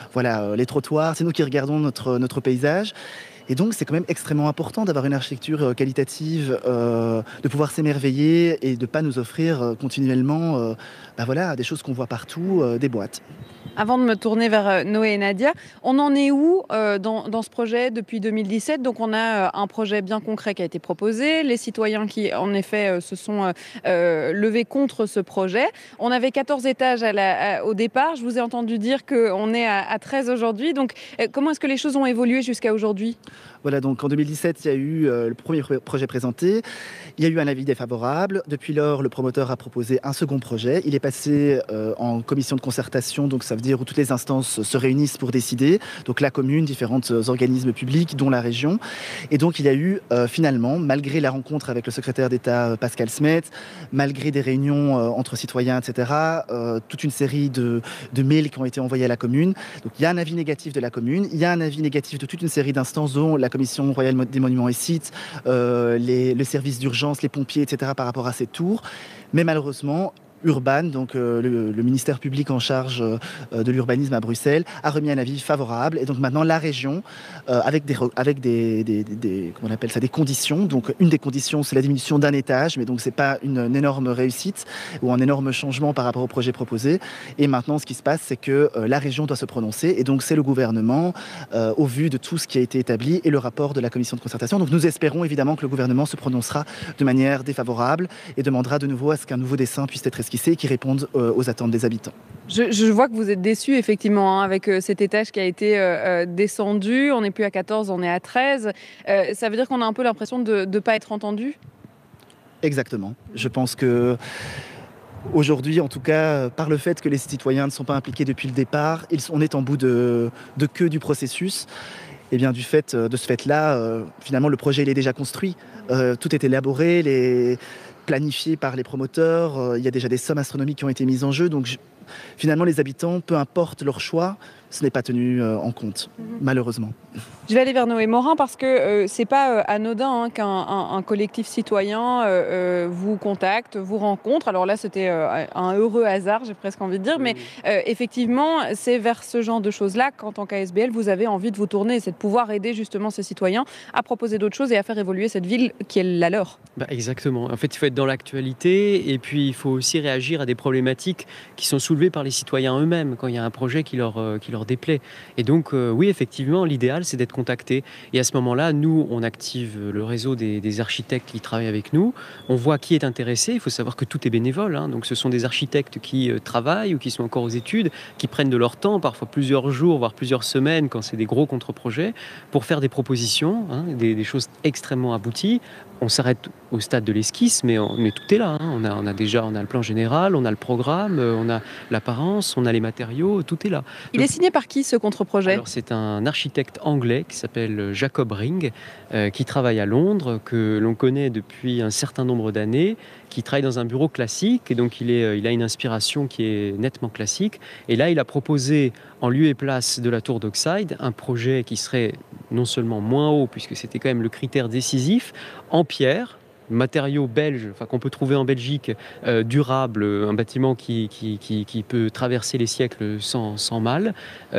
voilà, les trottoirs, c'est nous qui regardons notre, notre paysage. Et donc, c'est quand même extrêmement important d'avoir une architecture qualitative, euh, de pouvoir s'émerveiller et de ne pas nous offrir continuellement euh, bah voilà, des choses qu'on voit partout, euh, des boîtes. Avant de me tourner vers Noé et Nadia, on en est où euh, dans, dans ce projet depuis deux mille dix-sept? Donc on a euh, un projet bien concret qui a été proposé, les citoyens qui en effet euh, se sont euh, levés contre ce projet. On avait quatorze étages à la, à, au départ, je vous ai entendu dire qu'on est à, à treize aujourd'hui. Donc euh, comment est-ce que les choses ont évolué jusqu'à aujourd'hui? Voilà, donc en deux mille dix-sept, il y a eu euh, le premier projet présenté. Il y a eu un avis défavorable. Depuis lors, le promoteur a proposé un second projet. Il est passé euh, en commission de concertation, donc ça veut dire où toutes les instances se réunissent pour décider. Donc la commune, différents organismes publics, dont la région. Et donc il y a eu euh, finalement, malgré la rencontre avec le secrétaire d'État Pascal Smet, malgré des réunions euh, entre citoyens, et cetera, euh, toute une série de, de mails qui ont été envoyés à la commune. Donc il y a un avis négatif de la commune, il y a un avis négatif de toute une série d'instances, dont la Commission royale des monuments et sites, euh, les, le service d'urgence, les pompiers, et cetera par rapport à ces tours. Mais malheureusement, Urban, donc euh, le, le ministère public en charge euh, de l'urbanisme à Bruxelles, a remis un avis favorable. Et donc maintenant, la région, euh, avec, des, avec des, des, des, comment on appelle ça, des conditions. Donc une des conditions, c'est la diminution d'un étage, mais donc c'est pas une, une énorme réussite ou un énorme changement par rapport au projet proposé. Et maintenant, ce qui se passe, c'est que euh, la région doit se prononcer. Et donc c'est le gouvernement, euh, au vu de tout ce qui a été établi et le rapport de la commission de concertation. Donc nous espérons évidemment que le gouvernement se prononcera de manière défavorable et demandera de nouveau à ce qu'un nouveau dessin puisse être esquissé et qui répondent euh, aux attentes des habitants. Je, je vois que vous êtes déçus effectivement hein, avec euh, cet étage qui a été euh, descendu. On n'est plus à quatorze, on est à treize. Euh, ça veut dire qu'on a un peu l'impression de ne pas être entendu? Exactement. Je pense que aujourd'hui, en tout cas, par le fait que les citoyens ne sont pas impliqués depuis le départ, ils, on est en bout de, de queue du processus. Et bien du fait de ce fait-là, euh, finalement le projet il est déjà construit. Euh, tout est élaboré, les... planifié par les promoteurs. Euh, il y a déjà des sommes astronomiques qui ont été mises en jeu. Donc je... finalement les habitants, peu importe leur choix, ce n'est pas tenu euh, en compte, mmh. malheureusement. Je vais aller vers Noé Morin parce que euh, c'est pas euh, anodin hein, qu'un un, un collectif citoyen euh, euh, vous contacte, vous rencontre. Alors là, c'était euh, un heureux hasard, j'ai presque envie de dire, oui. mais euh, effectivement, c'est vers ce genre de choses-là qu'en tant qu'A S B L, vous avez envie de vous tourner, c'est de pouvoir aider justement ces citoyens à proposer d'autres choses et à faire évoluer cette ville qui est la leur. Bah exactement. En fait, il faut être dans l'actualité et puis il faut aussi réagir à des problématiques qui sont soulevées par les citoyens eux-mêmes quand il y a un projet qui leur, euh, qui leur déplaît. Et donc, euh, oui, effectivement, l'idéal, c'est d'être contacté. Et à ce moment-là, nous, on active le réseau des, des architectes qui travaillent avec nous. On voit qui est intéressé. Il faut savoir que tout est bénévole. Hein. Donc, ce sont des architectes qui euh, travaillent ou qui sont encore aux études, qui prennent de leur temps, parfois plusieurs jours, voire plusieurs semaines, quand c'est des gros contre-projets, pour faire des propositions, hein, des, des choses extrêmement abouties. On s'arrête au stade de l'esquisse, mais, on, mais tout est là. Hein. On, a, on a déjà on a le plan général, on a le programme, on a l'apparence, on a les matériaux, tout est là. Il Donc, est signé par qui ce contre-projet? Alors, c'est un architecte anglais qui s'appelle Jacob Ring, euh, qui travaille à Londres, que l'on connaît depuis un certain nombre d'années, qui travaille dans un bureau classique, et donc il, est, il a une inspiration qui est nettement classique. Et là, il a proposé, en lieu et place de la tour d'Oxide, un projet qui serait non seulement moins haut, puisque c'était quand même le critère décisif, en pierre, matériaux belges, enfin, qu'on peut trouver en Belgique, euh, durable, un bâtiment qui, qui, qui, qui peut traverser les siècles sans, sans mal,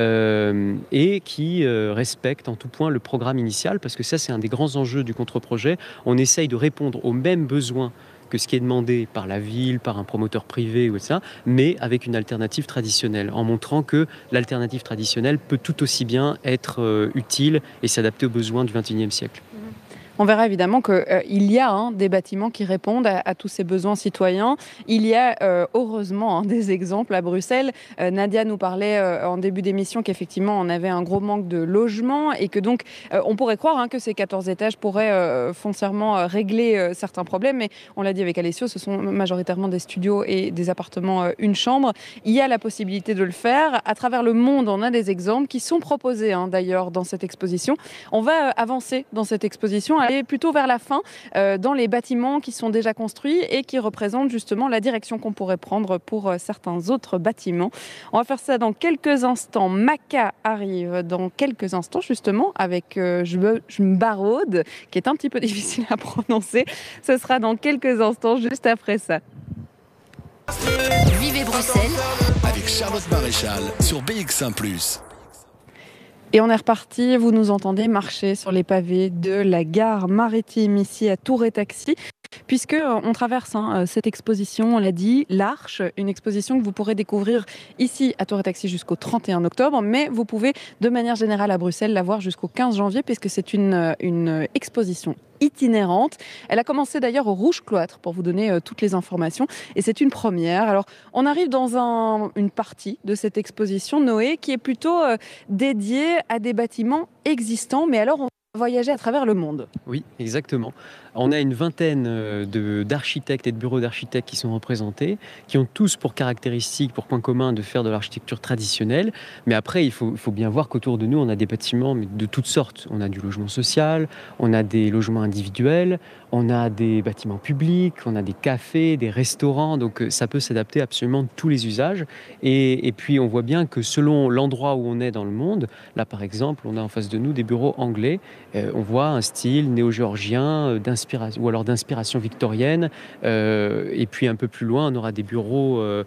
euh, et qui euh, respecte en tout point le programme initial, parce que ça, c'est un des grands enjeux du contre-projet. On essaye de répondre aux mêmes besoins que ce qui est demandé par la ville, par un promoteur privé, ou et cetera, mais avec une alternative traditionnelle, en montrant que l'alternative traditionnelle peut tout aussi bien être euh, utile et s'adapter aux besoins du vingt et unième siècle. On verra évidemment qu'il euh, y a hein, des bâtiments qui répondent à, à tous ces besoins citoyens. Il y a euh, heureusement hein, des exemples à Bruxelles. Euh, Nadia nous parlait euh, en début d'émission qu'effectivement on avait un gros manque de logements et que donc euh, on pourrait croire hein, que ces quatorze étages pourraient euh, foncièrement euh, régler euh, certains problèmes. Mais on l'a dit avec Alessio, ce sont majoritairement des studios et des appartements euh, une chambre. Il y a la possibilité de le faire. À travers le monde, on a des exemples qui sont proposés hein, d'ailleurs dans cette exposition. On va euh, avancer dans cette exposition, aller plutôt vers la fin, euh, dans les bâtiments qui sont déjà construits et qui représentent justement la direction qu'on pourrait prendre pour euh, certains autres bâtiments. On va faire ça dans quelques instants. Maca arrive dans quelques instants justement avec euh, Jmbarode, qui est un petit peu difficile à prononcer. Ce sera dans quelques instants, juste après ça. Vivez Bruxelles avec Charlotte Maréchal sur B X un plus. Et on est reparti, vous nous entendez marcher sur les pavés de la gare maritime ici à Tour et Taxi, puisque on traverse hein, cette exposition, on l'a dit, l'Arche, une exposition que vous pourrez découvrir ici à Tour et Taxi jusqu'au trente et un octobre, mais vous pouvez de manière générale à Bruxelles la voir jusqu'au quinze janvier, puisque c'est une, une exposition itinérante. Elle a commencé d'ailleurs au Rouge Cloître pour vous donner euh, toutes les informations et c'est une première. Alors on arrive dans un, une partie de cette exposition, Noé, qui est plutôt euh, dédiée à des bâtiments existants, mais alors on va voyager à travers le monde. Oui, exactement. On a une vingtaine de, d'architectes et de bureaux d'architectes qui sont représentés, qui ont tous pour caractéristique, pour point commun de faire de l'architecture traditionnelle. Mais après, il faut, il faut bien voir qu'autour de nous, on a des bâtiments de toutes sortes. On a du logement social, on a des logements individuels, on a des bâtiments publics, on a des cafés, des restaurants. Donc ça peut s'adapter à absolument tous les usages. Et, et puis on voit bien que selon l'endroit où on est dans le monde, là par exemple, on a en face de nous des bureaux anglais. Euh, on voit un style néo-géorgien, euh, d'inspiration ou alors d'inspiration victorienne. Euh, et puis un peu plus loin, on aura des bureaux. Euh,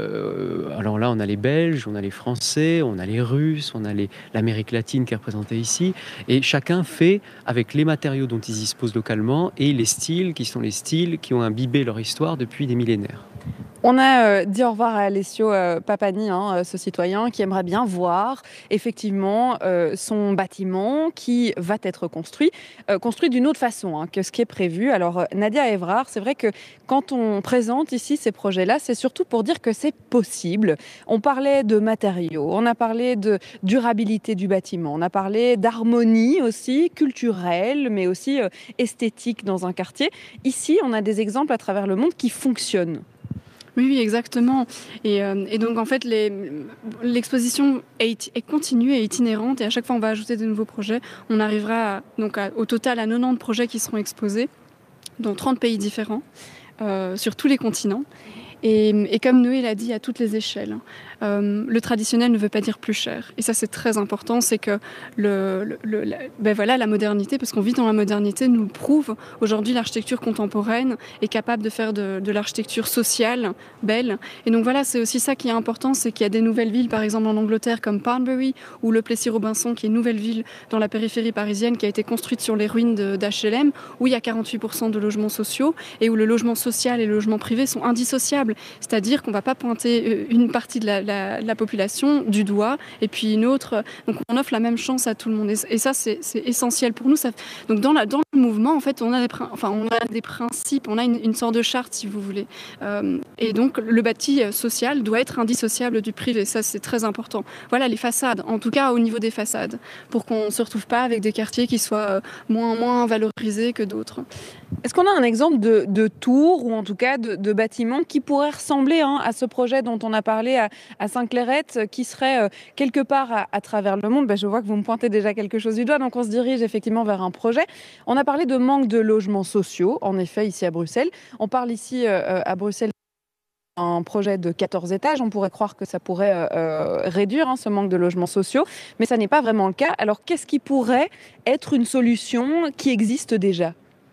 euh, alors là, on a les Belges, on a les Français, on a les Russes, on a les, l'Amérique latine qui est représentée ici. Et chacun fait avec les matériaux dont ils disposent localement et les styles qui sont les styles qui ont imbibé leur histoire depuis des millénaires. On a euh, dit au revoir à Alessio euh, Papani, hein, ce citoyen qui aimerait bien voir effectivement euh, son bâtiment qui va être construit, euh, construit d'une autre façon hein, que ce qui est prévu. Alors Nadia Evrard, c'est vrai que quand on présente ici ces projets-là, c'est surtout pour dire que c'est possible. On parlait de matériaux, on a parlé de durabilité du bâtiment, on a parlé d'harmonie aussi culturelle, mais aussi euh, esthétique dans un quartier. Ici, on a des exemples à travers le monde qui fonctionnent. Oui, oui, exactement. Et, euh, et donc, en fait, les, l'exposition est, est continue et itinérante. Et à chaque fois, on va ajouter de nouveaux projets. On arrivera à, donc à, au total à quatre-vingt-dix projets qui seront exposés, dans trente pays différents, euh, sur tous les continents. Et, et comme Noé l'a dit, à toutes les échelles. Euh, le traditionnel ne veut pas dire plus cher. Et ça, c'est très important. C'est que le, le, le, la, ben voilà, la modernité, parce qu'on vit dans la modernité, nous le prouve. Aujourd'hui, l'architecture contemporaine est capable de faire de, de l'architecture sociale belle. Et donc voilà, c'est aussi ça qui est important, c'est qu'il y a des nouvelles villes, par exemple en Angleterre, comme Parnbury, ou le Plessis-Robinson, qui est une nouvelle ville dans la périphérie parisienne, qui a été construite sur les ruines de, d'H L M, où il y a quarante-huit pour cent de logements sociaux, et où le logement social et le logement privé sont indissociables. C'est-à-dire qu'on ne va pas pointer une partie de la La, la population du doigt et puis une autre, donc on offre la même chance à tout le monde et, et ça c'est, c'est essentiel pour nous. Ça, donc dans, la, dans le mouvement en fait on a des, enfin, on a des principes, on a une, une sorte de charte si vous voulez euh, et donc le bâti social doit être indissociable du privé, ça c'est très important. Voilà les façades, en tout cas au niveau des façades, pour qu'on ne se retrouve pas avec des quartiers qui soient moins, moins valorisés que d'autres. Est-ce qu'on a un exemple de, de tour ou en tout cas de, de bâtiment qui pourrait ressembler hein, à ce projet dont on a parlé à, à Saint-Clairette, qui serait euh, quelque part à, à travers le monde? Ben, je vois que vous me pointez déjà quelque chose du doigt, donc on se dirige effectivement vers un projet. On a parlé de manque de logements sociaux, en effet, ici à Bruxelles. On parle ici euh, à Bruxelles un projet de quatorze étages, on pourrait croire que ça pourrait euh, réduire hein, ce manque de logements sociaux, mais ça n'est pas vraiment le cas. Alors qu'est-ce qui pourrait être une solution qui existe déjà ?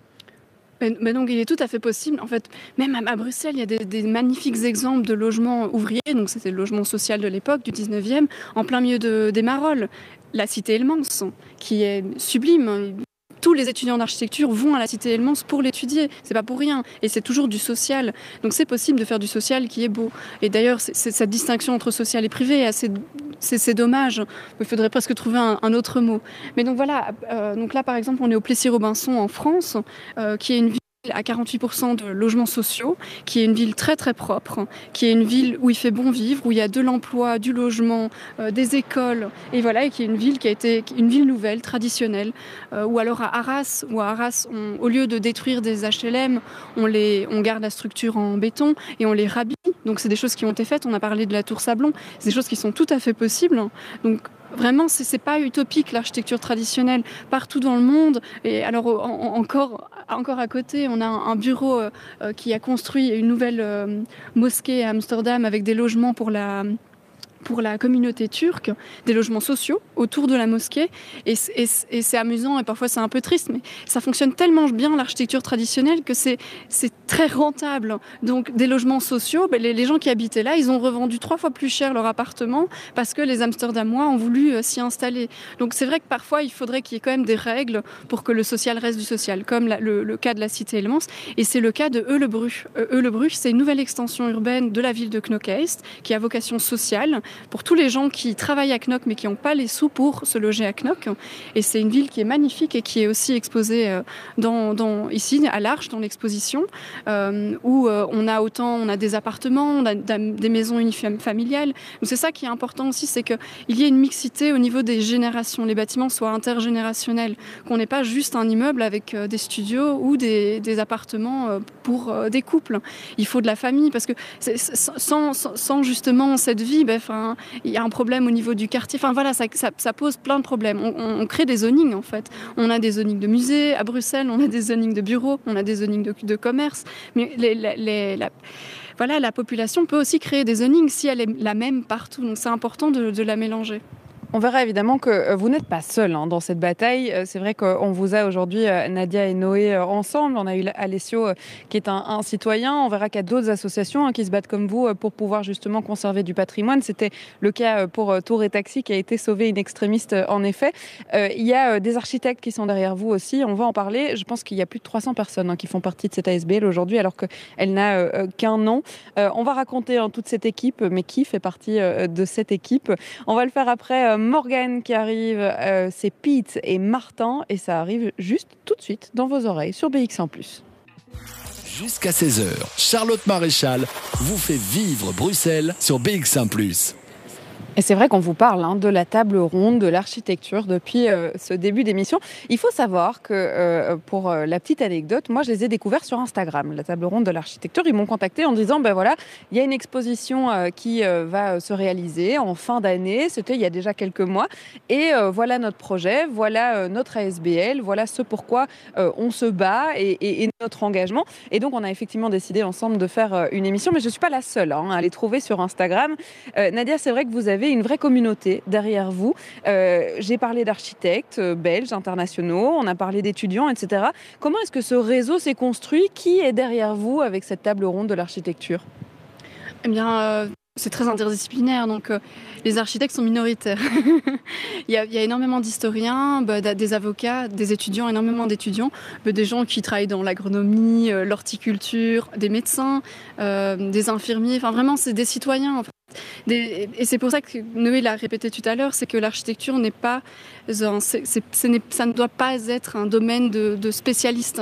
Mais donc il est tout à fait possible, en fait, même à Bruxelles, il y a des, des magnifiques exemples de logements ouvriers, donc c'était le logement social de l'époque, du dix-neuvième, en plein milieu de, des Marolles, la cité Elmance, qui est sublime. Tous les étudiants d'architecture vont à la cité Elmance pour l'étudier, c'est pas pour rien, et c'est toujours du social. Donc c'est possible de faire du social qui est beau. Et d'ailleurs, c'est, c'est cette distinction entre social et privé est assez, c'est, c'est dommage. Il faudrait presque trouver un, un autre mot. Mais donc voilà, euh, donc là par exemple, on est au Plessis-Robinson en France, euh, qui est une ville à quarante-huit pour cent de logements sociaux, qui est une ville très très propre, qui est une ville où il fait bon vivre, où il y a de l'emploi, du logement, euh, des écoles, et voilà, et qui est une ville qui a été une ville nouvelle, traditionnelle. Euh, ou alors à Arras, où à Arras, on, au lieu de détruire des H L M, on les, on garde la structure en béton et on les rhabille. Donc c'est des choses qui ont été faites. On a parlé de la Tour Sablon, c'est des choses qui sont tout à fait possibles. Donc vraiment, c'est, c'est pas utopique l'architecture traditionnelle partout dans le monde. Et alors en, en, encore, encore à côté, on a un, un bureau euh, qui a construit une nouvelle euh, mosquée à Amsterdam avec des logements pour la pour la communauté turque des logements sociaux autour de la mosquée. Et, et, et c'est amusant et parfois c'est un peu triste, mais ça fonctionne tellement bien l'architecture traditionnelle que c'est, c'est très rentable. Donc des logements sociaux, ben, les, les gens qui habitaient là, ils ont revendu trois fois plus cher leur appartement parce que les Amsterdamois ont voulu euh, s'y installer. Donc c'est vrai que parfois il faudrait qu'il y ait quand même des règles pour que le social reste du social, comme la, le, le cas de la cité Elmans. Et c'est le cas de Heulebru. Euh, Heulebru, c'est une nouvelle extension urbaine de la ville de Knokke-Heist qui a vocation sociale pour tous les gens qui travaillent à Knokke mais qui n'ont pas les sous pour se loger à Knokke. Et c'est une ville qui est magnifique et qui est aussi exposée euh, dans, dans, ici à l'Arche, dans l'exposition, euh, où euh, on a autant on a des appartements, on a des maisons unifamiliales. Donc c'est ça qui est important aussi, c'est qu'il y ait une mixité au niveau des générations, les bâtiments soient intergénérationnels, qu'on n'ait pas juste un immeuble avec euh, des studios ou des, des appartements euh, pour euh, des couples. Il faut de la famille parce que c'est, sans, sans, sans justement cette vie, ben, il y a un problème au niveau du quartier. Enfin voilà, ça, ça, ça pose plein de problèmes. On, on, on crée des zonings en fait. On a des zonings de musées à Bruxelles, on a des zonings de bureaux, on a des zonings de, de commerce. Mais les, les, les, la, voilà, la population peut aussi créer des zonings si elle est la même partout. Donc c'est important de, de la mélanger. On verra évidemment que vous n'êtes pas seul hein, dans cette bataille. C'est vrai qu'on vous a aujourd'hui, Nadia et Noé, ensemble. On a eu Alessio qui est un, un citoyen. On verra qu'il y a d'autres associations hein, qui se battent comme vous pour pouvoir justement conserver du patrimoine. C'était le cas pour Tour et Taxi qui a été sauvé in extremis en effet. Euh, il y a des architectes qui sont derrière vous aussi. On va en parler. Je pense qu'il y a plus de trois cents personnes hein, qui font partie de cette A S B L aujourd'hui alors qu'elle n'a euh, qu'un nom. Euh, on va raconter hein, toute cette équipe, mais qui fait partie euh, de cette équipe. On va le faire après euh, Morgane qui arrive, euh, c'est Pete et Martin et ça arrive juste tout de suite dans vos oreilles sur B X un plus. Jusqu'à seize heures, Charlotte Maréchal vous fait vivre Bruxelles sur B X un plus. Et c'est vrai qu'on vous parle hein, de la table ronde, de l'architecture depuis euh, ce début d'émission. Il faut savoir que, euh, pour euh, la petite anecdote, moi je les ai découverts sur Instagram, la table ronde de l'architecture. Ils m'ont contacté en disant, ben voilà, il y a une exposition euh, qui euh, va se réaliser en fin d'année, c'était il y a déjà quelques mois, et euh, voilà notre projet, voilà euh, notre A S B L, voilà ce pourquoi euh, on se bat et, et, et notre engagement. Et donc on a effectivement décidé ensemble de faire euh, une émission, mais je ne suis pas la seule hein, à les trouver sur Instagram. Euh, Nadia, c'est vrai que vous avez une vraie communauté derrière vous. Euh, j'ai parlé d'architectes euh, belges, internationaux, on a parlé d'étudiants, et cetera. Comment est-ce que ce réseau s'est construit ? Qui est derrière vous avec cette table ronde de l'architecture ? Eh bien, euh, c'est très interdisciplinaire, donc euh, les architectes sont minoritaires. il, y a, il y a énormément d'historiens, bah, des avocats, des étudiants, énormément d'étudiants, bah, des gens qui travaillent dans l'agronomie, euh, l'horticulture, des médecins, euh, des infirmiers, enfin vraiment c'est des citoyens en fait. Des, et c'est pour ça que Noé l'a répété tout à l'heure, c'est que l'architecture n'est pas, c'est, c'est, ce n'est, ça ne doit pas être un domaine de, de spécialistes.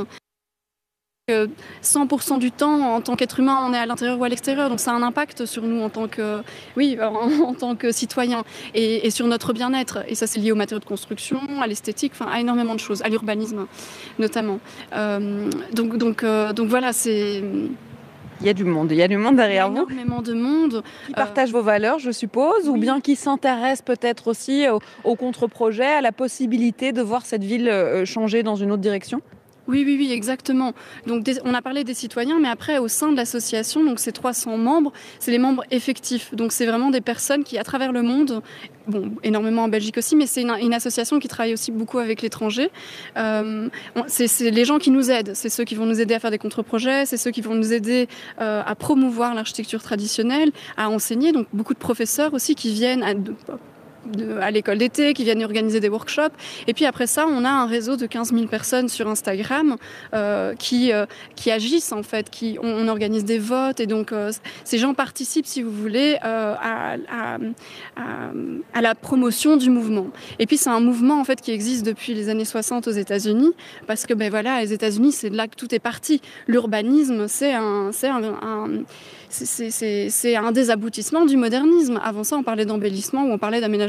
cent pour cent du temps, en tant qu'être humain, on est à l'intérieur ou à l'extérieur, donc ça a un impact sur nous en tant que, oui, en, en tant que citoyens et, et sur notre bien-être. Et ça, c'est lié aux matériaux de construction, à l'esthétique, enfin, à énormément de choses, à l'urbanisme notamment. Euh, donc, donc, euh, donc voilà, c'est... Il y a du monde, il y a du monde derrière vous. Il y a énormément de monde. Qui partage euh... vos valeurs, je suppose, oui. Ou bien qui s'intéresse peut-être aussi au, au contre-projet, à la possibilité de voir cette ville changer dans une autre direction ? Oui, oui, oui, exactement. Donc, des, on a parlé des citoyens, mais après, au sein de l'association, donc ces trois cents membres, c'est les membres effectifs. Donc, c'est vraiment des personnes qui, à travers le monde, bon, énormément en Belgique aussi, mais c'est une, une association qui travaille aussi beaucoup avec l'étranger. Euh, c'est, c'est les gens qui nous aident. C'est ceux qui vont nous aider à faire des contre-projets, c'est ceux qui vont nous aider euh, à promouvoir l'architecture traditionnelle, à enseigner. Donc, beaucoup de professeurs aussi qui viennent à... De, De, à l'école d'été, qui viennent organiser des workshops. Et puis après ça, on a un réseau de quinze mille personnes sur Instagram euh, qui, euh, qui agissent en fait. Qui, on, on organise des votes et donc euh, ces gens participent, si vous voulez, euh, à, à, à, à la promotion du mouvement. Et puis c'est un mouvement en fait qui existe depuis les années soixante aux États-Unis parce que ben voilà, les États-Unis, c'est de là que tout est parti. L'urbanisme, c'est un, c'est un, un C'est, c'est, c'est un des aboutissements du modernisme. Avant ça, on parlait d'embellissement ou on parlait d'aménagement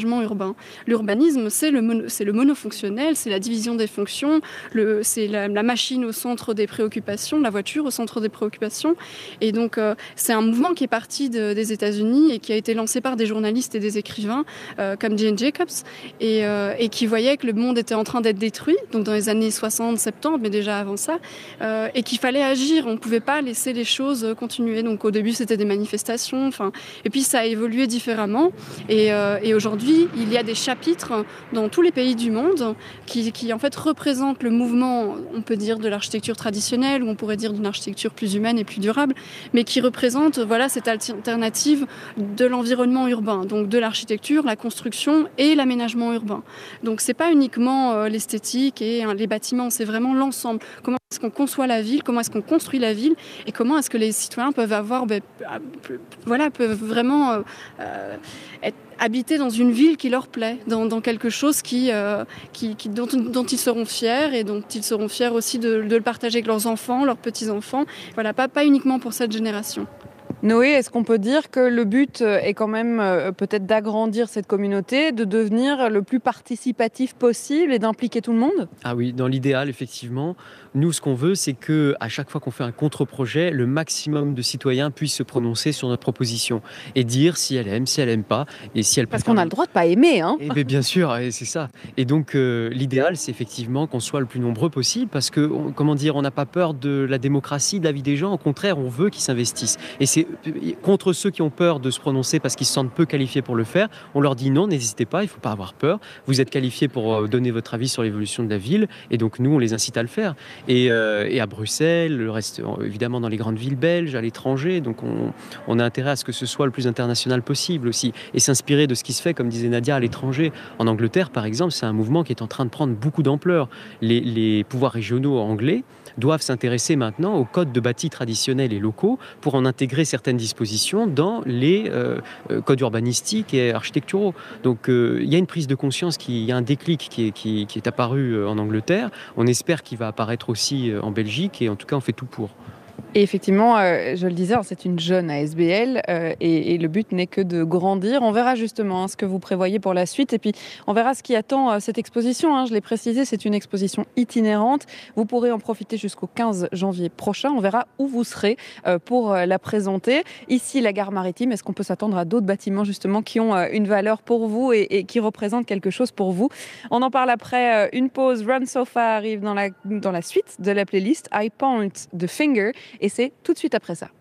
l'aménagement urbain. L'urbanisme, c'est le, mono, c'est le monofonctionnel, c'est la division des fonctions, le, c'est la, la machine au centre des préoccupations, la voiture au centre des préoccupations. Et donc, euh, c'est un mouvement qui est parti de, des États-Unis et qui a été lancé par des journalistes et des écrivains euh, comme Jane Jacobs et, euh, et qui voyaient que le monde était en train d'être détruit, donc dans les années soixante, soixante-dix, mais déjà avant ça, euh, et qu'il fallait agir. On ne pouvait pas laisser les choses continuer. Donc, au début, c'était des manifestations. Enfin, et puis, ça a évolué différemment. Et, euh, et aujourd'hui, il y a des chapitres dans tous les pays du monde qui, qui en fait représentent le mouvement, on peut dire, de l'architecture traditionnelle, ou on pourrait dire d'une architecture plus humaine et plus durable, mais qui représentent voilà, cette alternative de l'environnement urbain, donc de l'architecture, la construction et l'aménagement urbain. Donc c'est pas uniquement euh, l'esthétique et hein, les bâtiments, c'est vraiment l'ensemble. Comment est-ce qu'on conçoit la ville, comment est-ce qu'on construit la ville et comment est-ce que les citoyens peuvent avoir, ben, voilà, peuvent vraiment euh, euh, être habiter dans une ville qui leur plaît, dans, dans quelque chose qui, euh, qui, qui, dont, dont ils seront fiers et dont ils seront fiers aussi de, de le partager avec leurs enfants, leurs petits-enfants. Voilà, pas, pas uniquement pour cette génération. Noé, est-ce qu'on peut dire que le but est quand même euh, peut-être d'agrandir cette communauté, de devenir le plus participatif possible et d'impliquer tout le monde ? Ah oui, dans l'idéal, effectivement. Nous, ce qu'on veut, c'est qu'à chaque fois qu'on fait un contre-projet, le maximum de citoyens puissent se prononcer sur notre proposition et dire si elle aime, si elle n'aime pas. Et si elle Parce qu'on a le droit de ne pas aimer. Hein. Et bien, bien sûr, c'est ça. Et donc, euh, l'idéal, c'est effectivement qu'on soit le plus nombreux possible parce que, on, comment dire, on n'a pas peur de la démocratie, de la vie des gens. Au contraire, on veut qu'ils s'investissent. Et c'est contre ceux qui ont peur de se prononcer parce qu'ils se sentent peu qualifiés pour le faire, on leur dit non, n'hésitez pas, il ne faut pas avoir peur. Vous êtes qualifiés pour donner votre avis sur l'évolution de la ville et donc nous, on les incite à le faire. Et, euh, et à Bruxelles, le reste, évidemment dans les grandes villes belges, à l'étranger, donc on, on a intérêt à ce que ce soit le plus international possible aussi et s'inspirer de ce qui se fait, comme disait Nadia, à l'étranger. En Angleterre, par exemple, c'est un mouvement qui est en train de prendre beaucoup d'ampleur. Les, les pouvoirs régionaux anglais doivent s'intéresser maintenant aux codes de bâti traditionnels et locaux pour en intégrer certaines dispositions dans les euh, codes urbanistiques et architecturaux. Donc euh, il y a une prise de conscience, qui, il y a un déclic qui est, qui, qui est apparu en Angleterre. On espère qu'il va apparaître aussi en Belgique et en tout cas on fait tout pour. Et effectivement, euh, je le disais, c'est une jeune A S B L euh, et, et le but n'est que de grandir. On verra justement hein, ce que vous prévoyez pour la suite et puis on verra ce qui attend euh, cette exposition. Hein. Je l'ai précisé, c'est une exposition itinérante. Vous pourrez en profiter jusqu'au quinze janvier prochain. On verra où vous serez euh, pour euh, la présenter. Ici, la gare maritime, est-ce qu'on peut s'attendre à d'autres bâtiments justement qui ont euh, une valeur pour vous et, et qui représentent quelque chose pour vous ? On en parle après euh, une pause. Run So Far arrive dans la, dans la suite de la playlist I Point the Finger. Et c'est tout de suite après ça.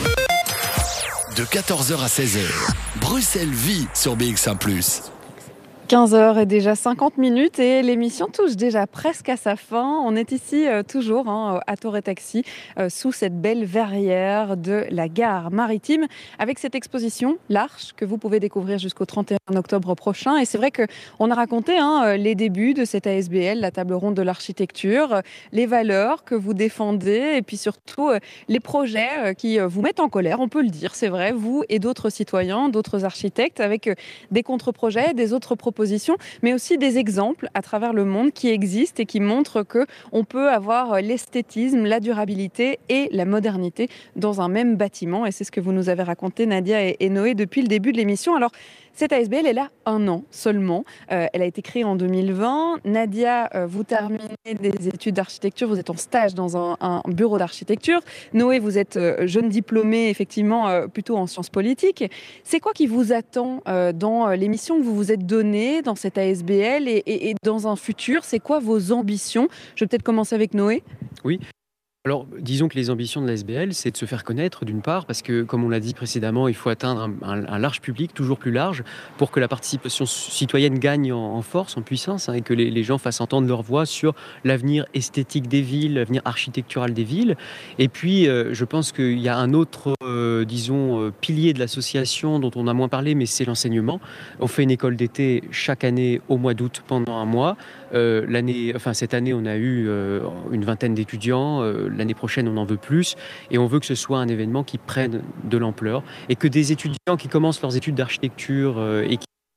De quatorze heures à seize heures, Bruxelles vit sur B X un plus. quinze heures et déjà cinquante minutes et l'émission touche déjà presque à sa fin. On est ici euh, toujours hein, à Tour Taxi, euh, sous cette belle verrière de la gare maritime, avec cette exposition, l'Arche, que vous pouvez découvrir jusqu'au trente et un octobre prochain. Et c'est vrai qu'on a raconté hein, les débuts de cette A S B L, la table ronde de l'architecture, les valeurs que vous défendez et puis surtout euh, les projets euh, qui euh, vous mettent en colère, on peut le dire, c'est vrai, vous et d'autres citoyens, d'autres architectes, avec euh, des contre-projets, des autres propositions, mais aussi des exemples à travers le monde qui existent et qui montrent qu'on peut avoir l'esthétisme, la durabilité et la modernité dans un même bâtiment. Et c'est ce que vous nous avez raconté, Nadia et Noé, depuis le début de l'émission. Alors, cette A S B L, elle a un an seulement. Euh, elle a été créée en deux mille vingt. Nadia, euh, vous terminez des études d'architecture, vous êtes en stage dans un, un bureau d'architecture. Noé, vous êtes euh, jeune diplômé, effectivement, euh, plutôt en sciences politiques. C'est quoi qui vous attend euh, dans l'émission que vous vous êtes donnée, dans cette A S B L et, et, et dans un futur? C'est quoi vos ambitions? Je vais peut-être commencer avec Noé. Oui. Alors, disons que les ambitions de l'A S B L, c'est de se faire connaître d'une part, parce que, comme on l'a dit précédemment, il faut atteindre un, un, un large public, toujours plus large, pour que la participation citoyenne gagne en, en force, en puissance, hein, et que les, les gens fassent entendre leur voix sur l'avenir esthétique des villes, l'avenir architectural des villes. Et puis, euh, je pense qu'il y a un autre, euh, disons, euh, pilier de l'association dont on a moins parlé, mais c'est l'enseignement. On fait une école d'été chaque année au mois d'août pendant un mois. Euh, l'année, enfin, cette année, on a eu euh, une vingtaine d'étudiants. Euh, L'année prochaine, on en veut plus. Et on veut que ce soit un événement qui prenne de l'ampleur et que des étudiants qui commencent leurs études d'architecture euh, et qui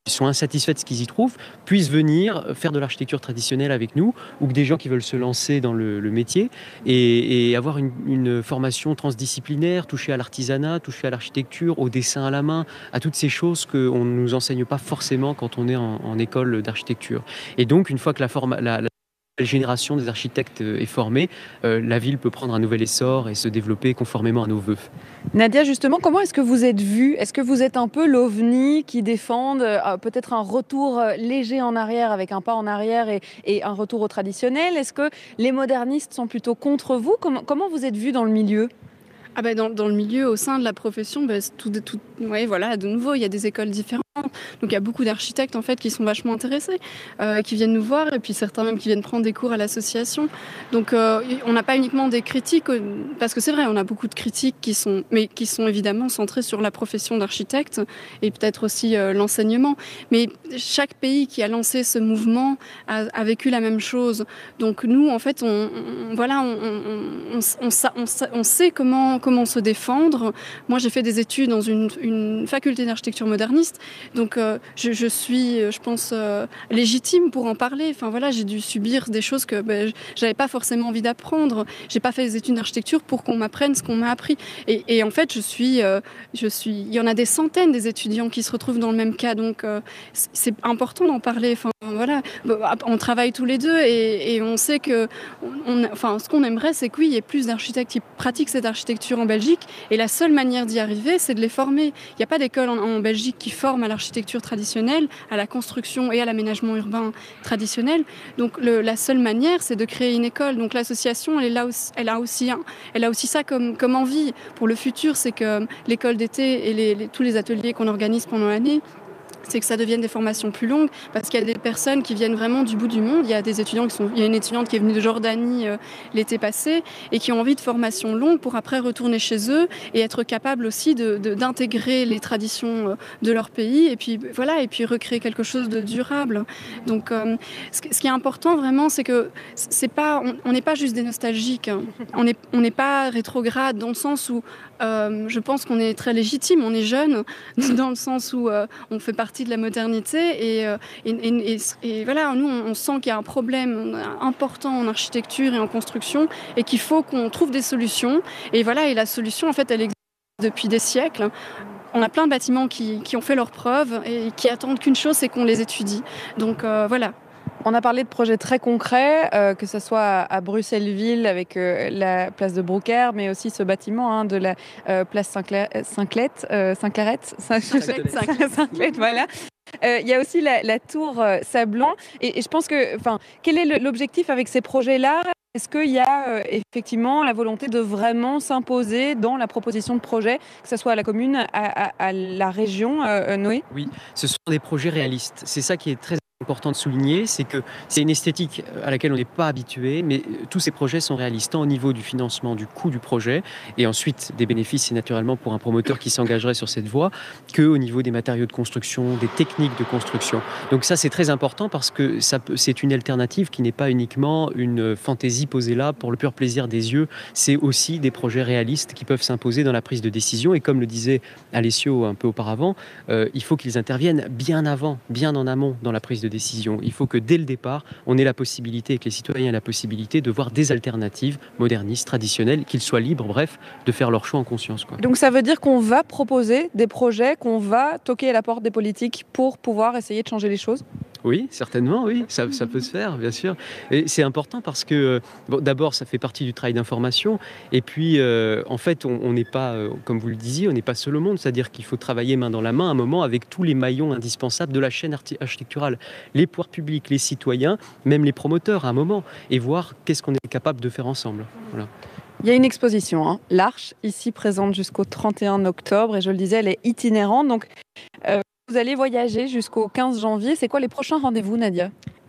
sont insatisfaits de ce qu'ils y trouvent, puissent venir faire de l'architecture traditionnelle avec nous, ou que des gens qui veulent se lancer dans le, le métier et, et avoir une, une formation transdisciplinaire, toucher à l'artisanat, toucher à l'architecture, au dessin à la main, à toutes ces choses qu'on ne nous enseigne pas forcément quand on est en, en école d'architecture. Et donc, une fois que la, forma, la, la La génération des architectes est formée, euh, la ville peut prendre un nouvel essor et se développer conformément à nos vœux. Nadia, justement, comment est-ce que vous êtes vue? Est-ce que vous êtes un peu l'ovni qui défendent euh, peut-être un retour léger en arrière, avec un pas en arrière et, et un retour au traditionnel? Est-ce que les modernistes sont plutôt contre vous? Comment, comment vous êtes vue dans le milieu? Ah bah dans, dans le milieu, au sein de la profession, bah tout, tout, ouais, voilà, de nouveau, il y a des écoles différentes. Donc il y a beaucoup d'architectes en fait qui sont vachement intéressés, euh, qui viennent nous voir, et puis certains même qui viennent prendre des cours à l'association. Donc euh, on n'a pas uniquement des critiques, parce que c'est vrai, on a beaucoup de critiques qui sont, mais qui sont évidemment centrées sur la profession d'architecte et peut-être aussi euh, l'enseignement. Mais chaque pays qui a lancé ce mouvement a, a vécu la même chose. Donc nous, en fait, on, on voilà, on, on, on, on, on, on sait comment comment se défendre. Moi, j'ai fait des études dans une, une faculté d'architecture moderniste. Donc euh, je, je suis, je pense, euh, légitime pour en parler. Enfin voilà, j'ai dû subir des choses que ben, j'avais pas forcément envie d'apprendre. J'ai pas fait des études d'architecture pour qu'on m'apprenne ce qu'on m'a appris. Et, et en fait, je suis, euh, je suis, il y en a des centaines des étudiants qui se retrouvent dans le même cas. Donc euh, c'est important d'en parler. Enfin voilà, on travaille tous les deux et, et on sait que, on, enfin ce qu'on aimerait, c'est que oui, il y ait plus d'architectes qui pratiquent cette architecture en Belgique. Et la seule manière d'y arriver, c'est de les former. Il n'y a pas d'école en, en Belgique qui forme à l'architecture traditionnelle, à la construction et à l'aménagement urbain traditionnel. Donc le, la seule manière, c'est de créer une école. Donc l'association, elle, est là aussi, elle, a, aussi, elle a aussi ça comme, comme envie pour le futur, c'est que l'école d'été et les, les, tous les ateliers qu'on organise pendant l'année, c'est que ça devienne des formations plus longues, parce qu'il y a des personnes qui viennent vraiment du bout du monde. Il y a des étudiants qui sont, il y a une étudiante qui est venue de Jordanie euh, l'été passé et qui ont envie de formations longues pour après retourner chez eux et être capables aussi de, de, d'intégrer les traditions euh, de leur pays et puis voilà, et puis recréer quelque chose de durable. Donc, euh, ce, ce qui est important vraiment, c'est que c'est pas, on n'est pas juste des nostalgiques. Hein. On n'est on n'est pas rétrograde dans le sens où euh, je pense qu'on est très légitime, on est jeune dans le sens où euh, on fait partie de la modernité et, et, et, et voilà, nous on, on sent qu'il y a un problème important en architecture et en construction et qu'il faut qu'on trouve des solutions et voilà, et la solution en fait elle existe depuis des siècles. On a plein de bâtiments qui, qui ont fait leurs preuves et qui attendent qu'une chose, c'est qu'on les étudie. Donc euh, voilà. On a parlé de projets très concrets, euh, que ce soit à, à Bruxelles-Ville avec euh, la place de Brouckère, mais aussi ce bâtiment hein, de la euh, place Saint-Clette, euh, Saint-Clarette, Saint-Clette, voilà. Il euh, y a aussi la, la tour euh, Sablon. Et, et je pense que, enfin, quel est le, l'objectif avec ces projets-là ? Est-ce qu'il y a euh, effectivement la volonté de vraiment s'imposer dans la proposition de projet, que ce soit à la commune, à, à, à la région, euh, Noé ? Oui, ce sont des projets réalistes. C'est ça qui est très important de souligner, c'est que c'est une esthétique à laquelle on n'est pas habitué, mais tous ces projets sont réalistes, tant au niveau du financement, du coût du projet, et ensuite des bénéfices, et naturellement pour un promoteur qui s'engagerait sur cette voie, qu'au niveau des matériaux de construction, des techniques de construction. Donc ça, c'est très important parce que ça peut, c'est une alternative qui n'est pas uniquement une fantaisie posée là pour le pur plaisir des yeux, c'est aussi des projets réalistes qui peuvent s'imposer dans la prise de décision, et comme le disait Alessio un peu auparavant, euh, il faut qu'ils interviennent bien avant, bien en amont dans la prise de décision. Il faut que dès le départ, on ait la possibilité, et que les citoyens aient la possibilité de voir des alternatives modernistes, traditionnelles, qu'ils soient libres, bref, de faire leur choix en conscience, quoi. Donc ça veut dire qu'on va proposer des projets, qu'on va toquer à la porte des politiques pour pouvoir essayer de changer les choses ? Oui, certainement, oui, ça, ça peut se faire, bien sûr. Et c'est important parce que, bon, d'abord, ça fait partie du travail d'information. Et puis, euh, en fait, on n'est pas, euh, comme vous le disiez, on n'est pas seul au monde. C'est-à-dire qu'il faut travailler main dans la main à un moment avec tous les maillons indispensables de la chaîne architecturale. Les pouvoirs publics, les citoyens, même les promoteurs à un moment. Et voir qu'est-ce qu'on est capable de faire ensemble. Voilà. Il y a une exposition, hein, l'Arche, ici présente jusqu'au trente et un octobre. Et je le disais, elle est itinérante. Donc, euh, vous allez voyager jusqu'au quinze janvier. C'est quoi les prochains rendez-vous, Nadia ?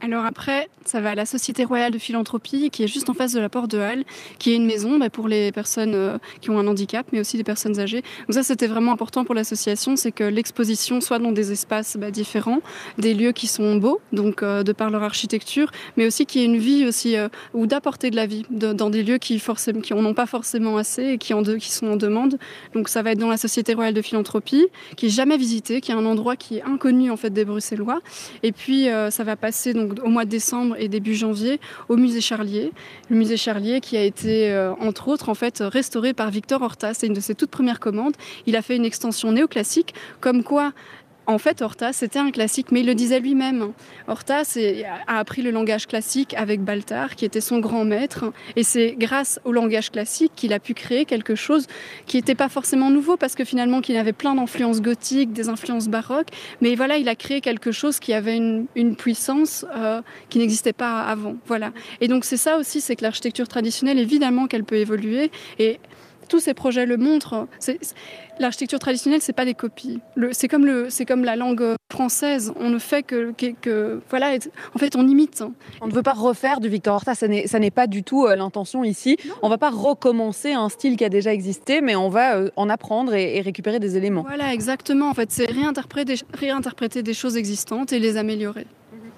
Alors après, ça va à la Société Royale de Philanthropie, qui est juste en face de la Porte de Halle, qui est une maison bah, pour les personnes euh, qui ont un handicap, mais aussi des personnes âgées. Donc ça, c'était vraiment important pour l'association, c'est que l'exposition soit dans des espaces bah, différents, des lieux qui sont beaux, donc euh, de par leur architecture, mais aussi qu'il y ait une vie aussi, euh, ou d'apporter de la vie, de, dans des lieux qui forcément, qui en ont pas forcément assez et qui, en de, qui sont en demande. Donc ça va être dans la Société Royale de Philanthropie, qui est jamais visitée, qui est un endroit qui est inconnu en fait des Bruxellois. Et puis euh, ça va passer donc au mois de décembre et début janvier au musée Charlier. Le musée Charlier qui a été euh, entre autres en fait restauré par Victor Horta, c'est une de ses toutes premières commandes. Il a fait une extension néoclassique, comme quoi en fait, Horta, c'était un classique, mais il le disait lui-même. Horta a appris le langage classique avec Baltard, qui était son grand maître. Et c'est grâce au langage classique qu'il a pu créer quelque chose qui n'était pas forcément nouveau, parce que finalement, qu'il avait plein d'influences gothiques, des influences baroques. Mais voilà, il a créé quelque chose qui avait une, une puissance euh, qui n'existait pas avant. Voilà. Et donc, c'est ça aussi, c'est que l'architecture traditionnelle, évidemment qu'elle peut évoluer. Et tous ces projets le montrent. C'est, c'est, l'architecture traditionnelle, c'est pas des copies. Le, c'est comme le, c'est comme la langue française. On ne fait que, que, que voilà. En fait, on imite. On ne veut pas refaire du Victor Horta. Ça n'est, ça n'est pas du tout euh, l'intention ici. Non. On va pas recommencer un style qui a déjà existé, mais on va euh, en apprendre et, et récupérer des éléments. Voilà, exactement. En fait, c'est réinterpréter, réinterpréter des choses existantes et les améliorer.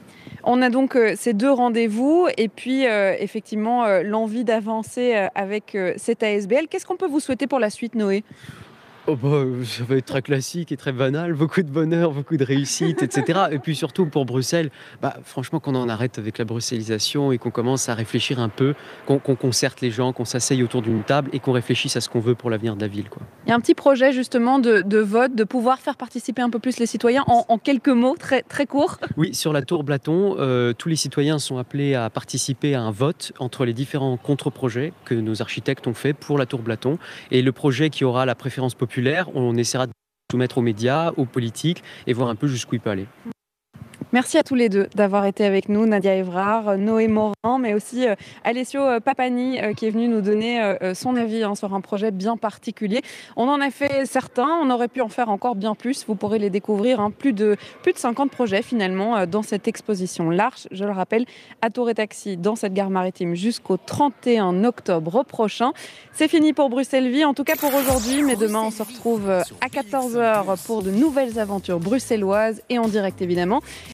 On a donc euh, ces deux rendez-vous et puis euh, effectivement euh, l'envie d'avancer euh, avec euh, cette A S B L. Qu'est-ce qu'on peut vous souhaiter pour la suite, Noé ? Oh bah, ça va être très classique et très banal, beaucoup de bonheur, beaucoup de réussite, et cetera. Et puis surtout pour Bruxelles, bah, franchement qu'on en arrête avec la bruxellisation et qu'on commence à réfléchir un peu, qu'on, qu'on concerte les gens, qu'on s'asseye autour d'une table et qu'on réfléchisse à ce qu'on veut pour l'avenir de la ville, quoi. Il y a un petit projet justement de, de vote, de pouvoir faire participer un peu plus les citoyens en, en quelques mots, très, très courts. Oui, sur la tour Blaton, euh, tous les citoyens sont appelés à participer à un vote entre les différents contre-projets que nos architectes ont fait pour la tour Blaton. Et le projet qui aura la préférence populaire, on essaiera de soumettre aux médias, aux politiques et voir un peu jusqu'où il peut aller. Merci à tous les deux d'avoir été avec nous, Nadia Évrard, Noé Morin, mais aussi euh, Alessio Papani euh, qui est venu nous donner euh, son avis hein, sur un projet bien particulier. On en a fait certains, on aurait pu en faire encore bien plus. Vous pourrez les découvrir, hein, plus de plus de cinquante projets finalement euh, dans cette exposition L'Arche, je le rappelle, à Tour et Taxi dans cette gare maritime jusqu'au trente et un octobre prochain. C'est fini pour Bruxelles Vie, en tout cas pour aujourd'hui, mais demain on se retrouve à quatorze heures pour de nouvelles aventures bruxelloises et en direct évidemment.